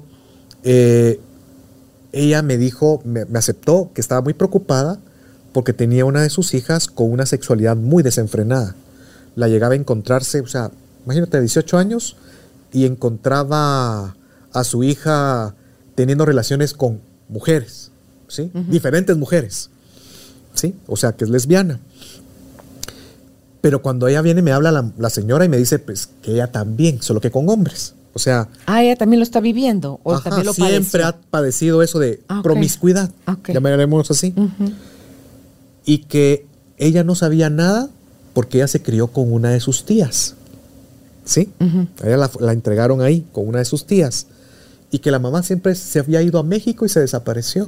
ella me dijo, me aceptó que estaba muy preocupada porque tenía una de sus hijas con una sexualidad muy desenfrenada. La llegaba a encontrarse, o sea, imagínate, 18 años, y encontraba a su hija teniendo relaciones con mujeres, ¿sí? Diferentes mujeres, ¿sí? O sea, que es lesbiana. Pero cuando ella viene, me habla la señora y me dice, pues, que ella también, solo que con hombres. O sea... ella también lo está viviendo, o también lo siempre padeció. Ha padecido eso de promiscuidad, Okay. llamaremos así. Y que ella no sabía nada porque ella se crió con una de sus tías, ¿sí? A ella la entregaron ahí con una de sus tías. Y que la mamá siempre se había ido a México y se desapareció.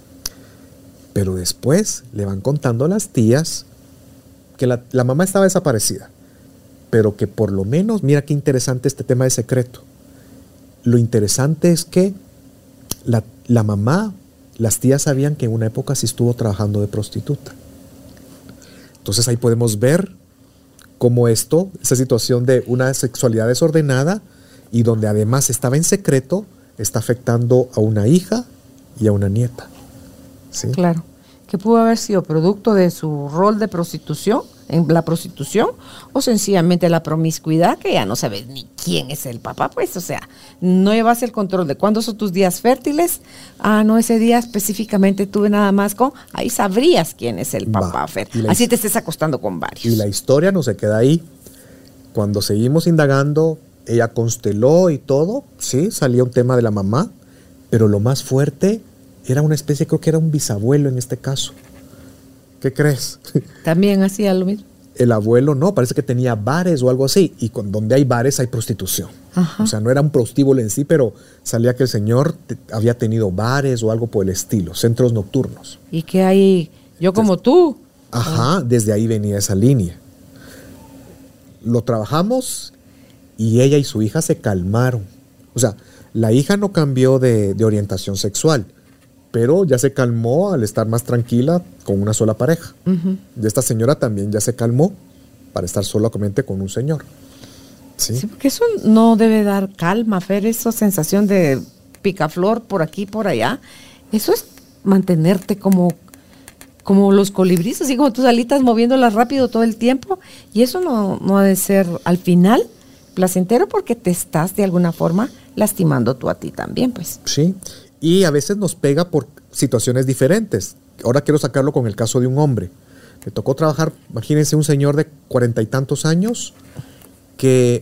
Pero después le van contando a las tías que la mamá estaba desaparecida, pero que por lo menos, mira qué interesante este tema de secreto. Lo interesante es que la mamá, las tías sabían que en una época sí estuvo trabajando de prostituta. Entonces ahí podemos ver cómo esa situación de una sexualidad desordenada y donde además estaba en secreto, está afectando a una hija y a una nieta. ¿Sí? Claro, que pudo haber sido producto de su rol de prostitución, en la prostitución, o sencillamente la promiscuidad, que ya no sabes ni quién es el papá, pues, o sea, no llevas el control de cuándo son tus días fértiles. No, ese día específicamente tuve nada más ahí sabrías quién es el papá fértil, así te estés acostando con varios. Y la historia no se queda ahí. Cuando seguimos indagando, ella consteló y todo, sí, salía un tema de la mamá, pero lo más fuerte era una especie, creo que era un bisabuelo en este caso. ¿Qué crees? También hacía lo mismo. El abuelo no, parece que tenía bares o algo así, y donde hay bares hay prostitución. O sea, no era un prostíbulo en sí, pero salía que el señor había tenido bares o algo por el estilo, centros nocturnos. ¿Y qué hay? Yo como tú. Desde ahí venía esa línea. Lo trabajamos y ella y su hija se calmaron. O sea, la hija no cambió de orientación sexual, pero ya se calmó al estar más tranquila con una sola pareja. Y esta señora también ya se calmó para estar solamente con un señor. Sí, porque eso no debe dar calma, Fer, esa sensación de picaflor por aquí, por allá. Eso es mantenerte como los colibríes, así como tus alitas moviéndolas rápido todo el tiempo. Y eso no ha de ser al final placentero porque te estás de alguna forma lastimando tú a ti también, pues. Sí. Y a veces nos pega por situaciones diferentes. Ahora quiero sacarlo con el caso de un hombre. Me tocó trabajar, imagínense, un señor de 40 y tantos años que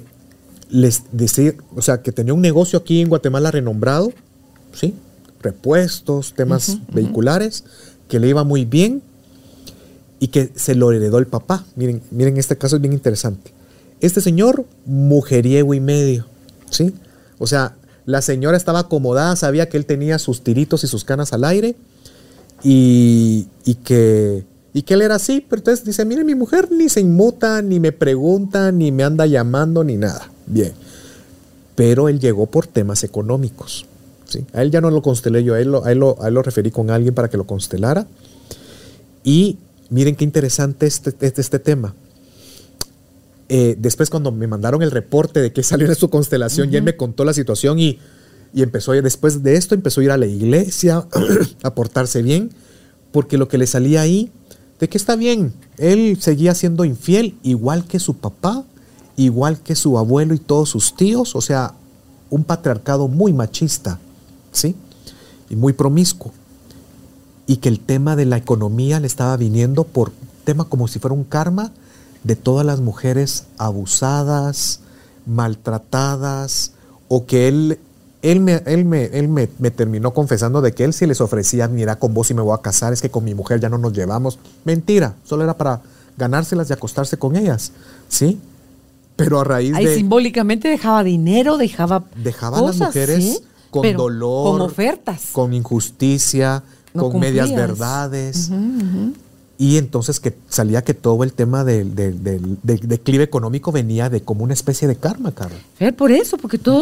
que tenía un negocio aquí en Guatemala renombrado, ¿sí? Repuestos, temas vehiculares, que le iba muy bien y que se lo heredó el papá. Miren, este caso es bien interesante. Este señor, mujeriego y medio, ¿sí? O sea, la señora estaba acomodada, sabía que él tenía sus tiritos y sus canas al aire y que él era así, pero entonces dice, mire, mi mujer ni se inmuta, ni me pregunta, ni me anda llamando, ni nada. Bien. Pero él llegó por temas económicos, ¿sí? A él ya no lo constelé yo, a él lo referí con alguien para que lo constelara. Y miren qué interesante este tema. Después cuando me mandaron el reporte de que salió en su constelación, y él me contó la situación y empezó, después de esto empezó a ir a la iglesia a portarse bien, porque lo que le salía ahí, de que está bien, él seguía siendo infiel, igual que su papá, igual que su abuelo y todos sus tíos, o sea, un patriarcado muy machista, ¿sí? Y muy promiscuo. Y que el tema de la economía le estaba viniendo por tema como si fuera un karma de todas las mujeres abusadas, maltratadas, o que él me terminó confesando de que él sí les ofrecía, mira, con vos sí me voy a casar, es que con mi mujer ya no nos llevamos. Mentira, solo era para ganárselas y acostarse con ellas, ¿sí? Pero a raíz de... simbólicamente dejaba dinero, dejaba cosas, a las mujeres, ¿sí? Con pero dolor, con ofertas, con injusticia, no con cumplías. medias verdades. Y entonces que salía que todo el tema del declive económico venía de como una especie de karma, Carla. Por eso, porque todo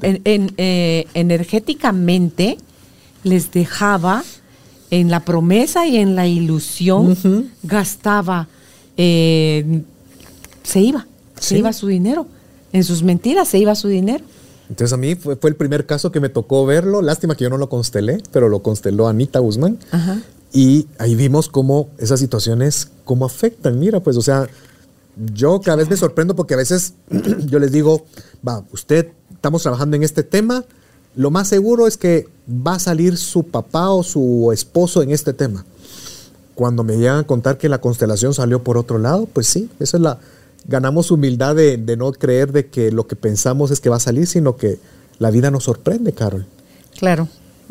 energéticamente les dejaba en la promesa y en la ilusión, gastaba, se iba su dinero. En sus mentiras se iba su dinero. Entonces a mí fue el primer caso que me tocó verlo. Lástima que yo no lo constelé, pero lo consteló Anita Guzmán. Ajá. Y ahí vimos cómo esas situaciones, cómo afectan. Mira, pues, o sea, yo cada vez me sorprendo porque a veces yo les digo, estamos trabajando en este tema, lo más seguro es que va a salir su papá o su esposo en este tema. Cuando me llegan a contar que la constelación salió por otro lado, pues sí, esa es ganamos humildad de no creer de que lo que pensamos es que va a salir, sino que la vida nos sorprende, Carol. Claro,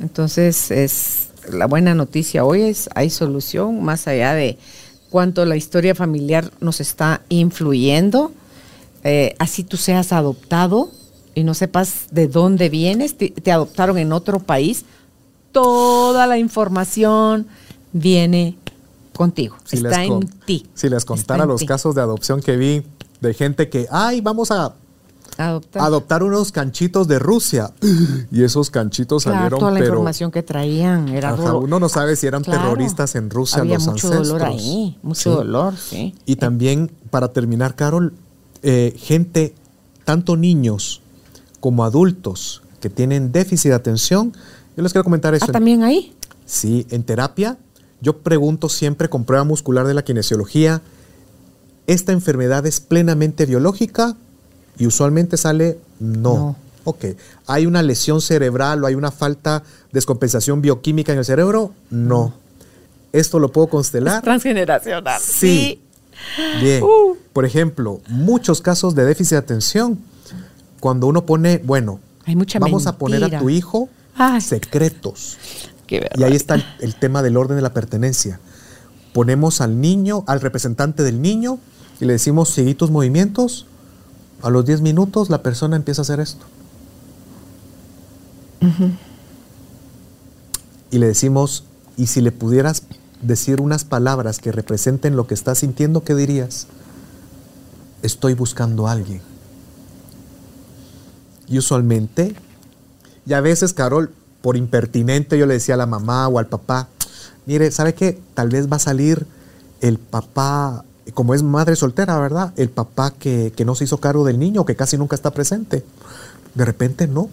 entonces la buena noticia hoy es hay solución, más allá de cuánto la historia familiar nos está influyendo. Así tú seas adoptado y no sepas de dónde vienes, te adoptaron en otro país, toda la información viene contigo, está en ti. Si les contara los casos de adopción que vi de gente que, vamos a adoptar unos canchitos de Rusia. Y esos canchitos salieron, toda la información que traían era uno no sabe si eran terroristas en Rusia. Había los mucho ancestros. Dolor ahí, mucho dolor, sí. Y también, para terminar, Carol, gente, tanto niños como adultos que tienen déficit de atención, yo les quiero comentar eso. ¿También ahí? Sí, en terapia, yo pregunto siempre con prueba muscular de la kinesiología, ¿esta enfermedad es plenamente biológica? Y usualmente sale no. Ok. ¿Hay una lesión cerebral o hay una falta de descompensación bioquímica en el cerebro? No. ¿Esto lo puedo constelar? Es transgeneracional. Sí. Bien. Por ejemplo, muchos casos de déficit de atención, cuando uno pone, hay mucha vamos mentira. A poner a tu hijo secretos. Y ahí está el tema del orden de la pertenencia. Ponemos al niño, al representante del niño, y le decimos, seguí tus movimientos. A los 10 minutos la persona empieza a hacer esto. Uh-huh. Y le decimos, y si le pudieras decir unas palabras que representen lo que estás sintiendo, ¿qué dirías? Estoy buscando a alguien. Y usualmente, y a veces, Carol, por impertinente, yo le decía a la mamá o al papá, mire, ¿sabe qué? Tal vez va a salir el papá, como es madre soltera, ¿verdad? El papá que no se hizo cargo del niño, que casi nunca está presente. De repente no.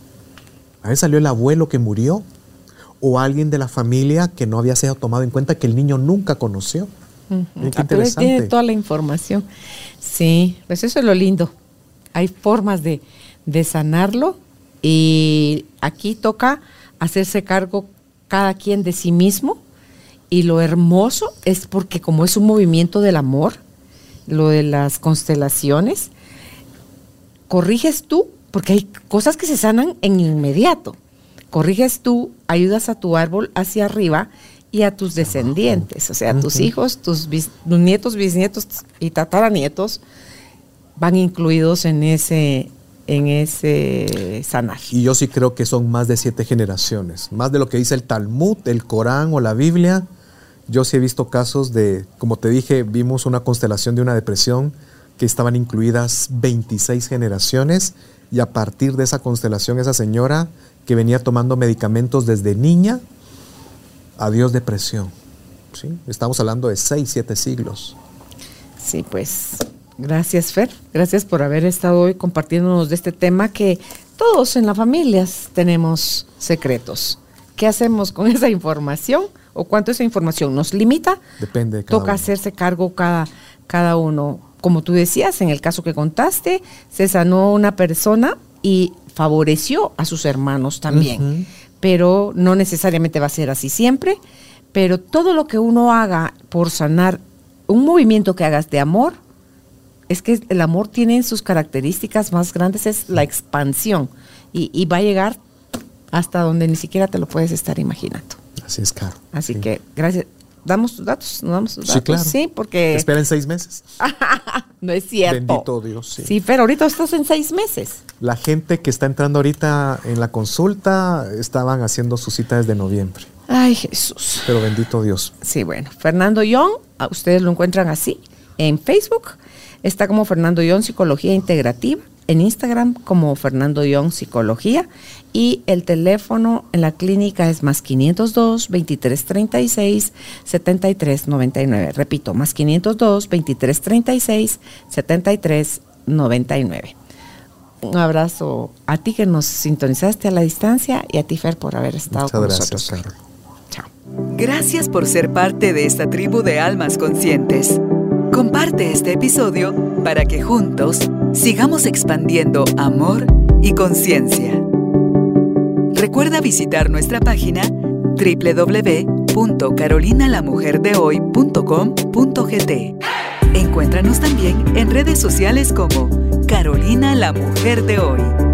A veces salió el abuelo que murió, o alguien de la familia que no había sido tomado en cuenta, que el niño nunca conoció. Uh-huh. Qué interesante. Tiene toda la información. Sí, pues eso es lo lindo. Hay formas de sanarlo, y aquí toca hacerse cargo cada quien de sí mismo. Y lo hermoso es porque como es un movimiento del amor, lo de las constelaciones, corriges tú, porque hay cosas que se sanan en inmediato. Corriges tú, ayudas a tu árbol hacia arriba y a tus descendientes, o sea, tus hijos, tus nietos, bisnietos y tataranietos van incluidos en ese sanar. Y yo sí creo que son más de 7 generaciones, más de lo que dice el Talmud, el Corán o la Biblia. Yo sí he visto casos de, como te dije, vimos una constelación de una depresión que estaban incluidas 26 generaciones, y a partir de esa constelación, esa señora que venía tomando medicamentos desde niña, adiós depresión. ¿Sí? Estamos hablando de 6-7 siglos. Sí, pues gracias, Fer. Gracias por haber estado hoy compartiéndonos de este tema, que todos en las familias tenemos secretos. ¿Qué hacemos con esa información? ¿O cuánto esa información nos limita? Depende de cada Toca uno. hacerse cargo cada uno. Como tú decías, en el caso que contaste, se sanó una persona y favoreció a sus hermanos también. Uh-huh. Pero no necesariamente va a ser así siempre. Pero todo lo que uno haga por sanar, un movimiento que hagas de amor, es que el amor tiene en sus características más grandes, es la expansión. Y va a llegar hasta donde ni siquiera te lo puedes estar imaginando. Así es, Caro. Así sí. que, gracias. ¿Damos tus datos? ¿No damos tus datos? Sí, claro. Sí, porque... Esperen 6 meses. No es cierto. Bendito Dios, sí. Sí, pero ahorita estás en 6 meses. La gente que está entrando ahorita en la consulta estaban haciendo su cita desde noviembre. Ay, Jesús. Pero bendito Dios. Sí, bueno. Fernando Young, ustedes lo encuentran así en Facebook. Está como Fernando Young Psicología Integrativa. En Instagram como Fernando Young Psicología, y el teléfono en la clínica es +502 2336 7399. Repito, +502 2336 7399. Un abrazo a ti que nos sintonizaste a la distancia y a ti, Fer, por haber estado Muchas con gracias, nosotros. Carol. Chao. Gracias por ser parte de esta tribu de almas conscientes. Comparte este episodio para que juntos sigamos expandiendo amor y conciencia. Recuerda visitar nuestra página www.carolinalamujerdehoy.com.gt. Encuéntranos también en redes sociales como Carolina la Mujer de Hoy.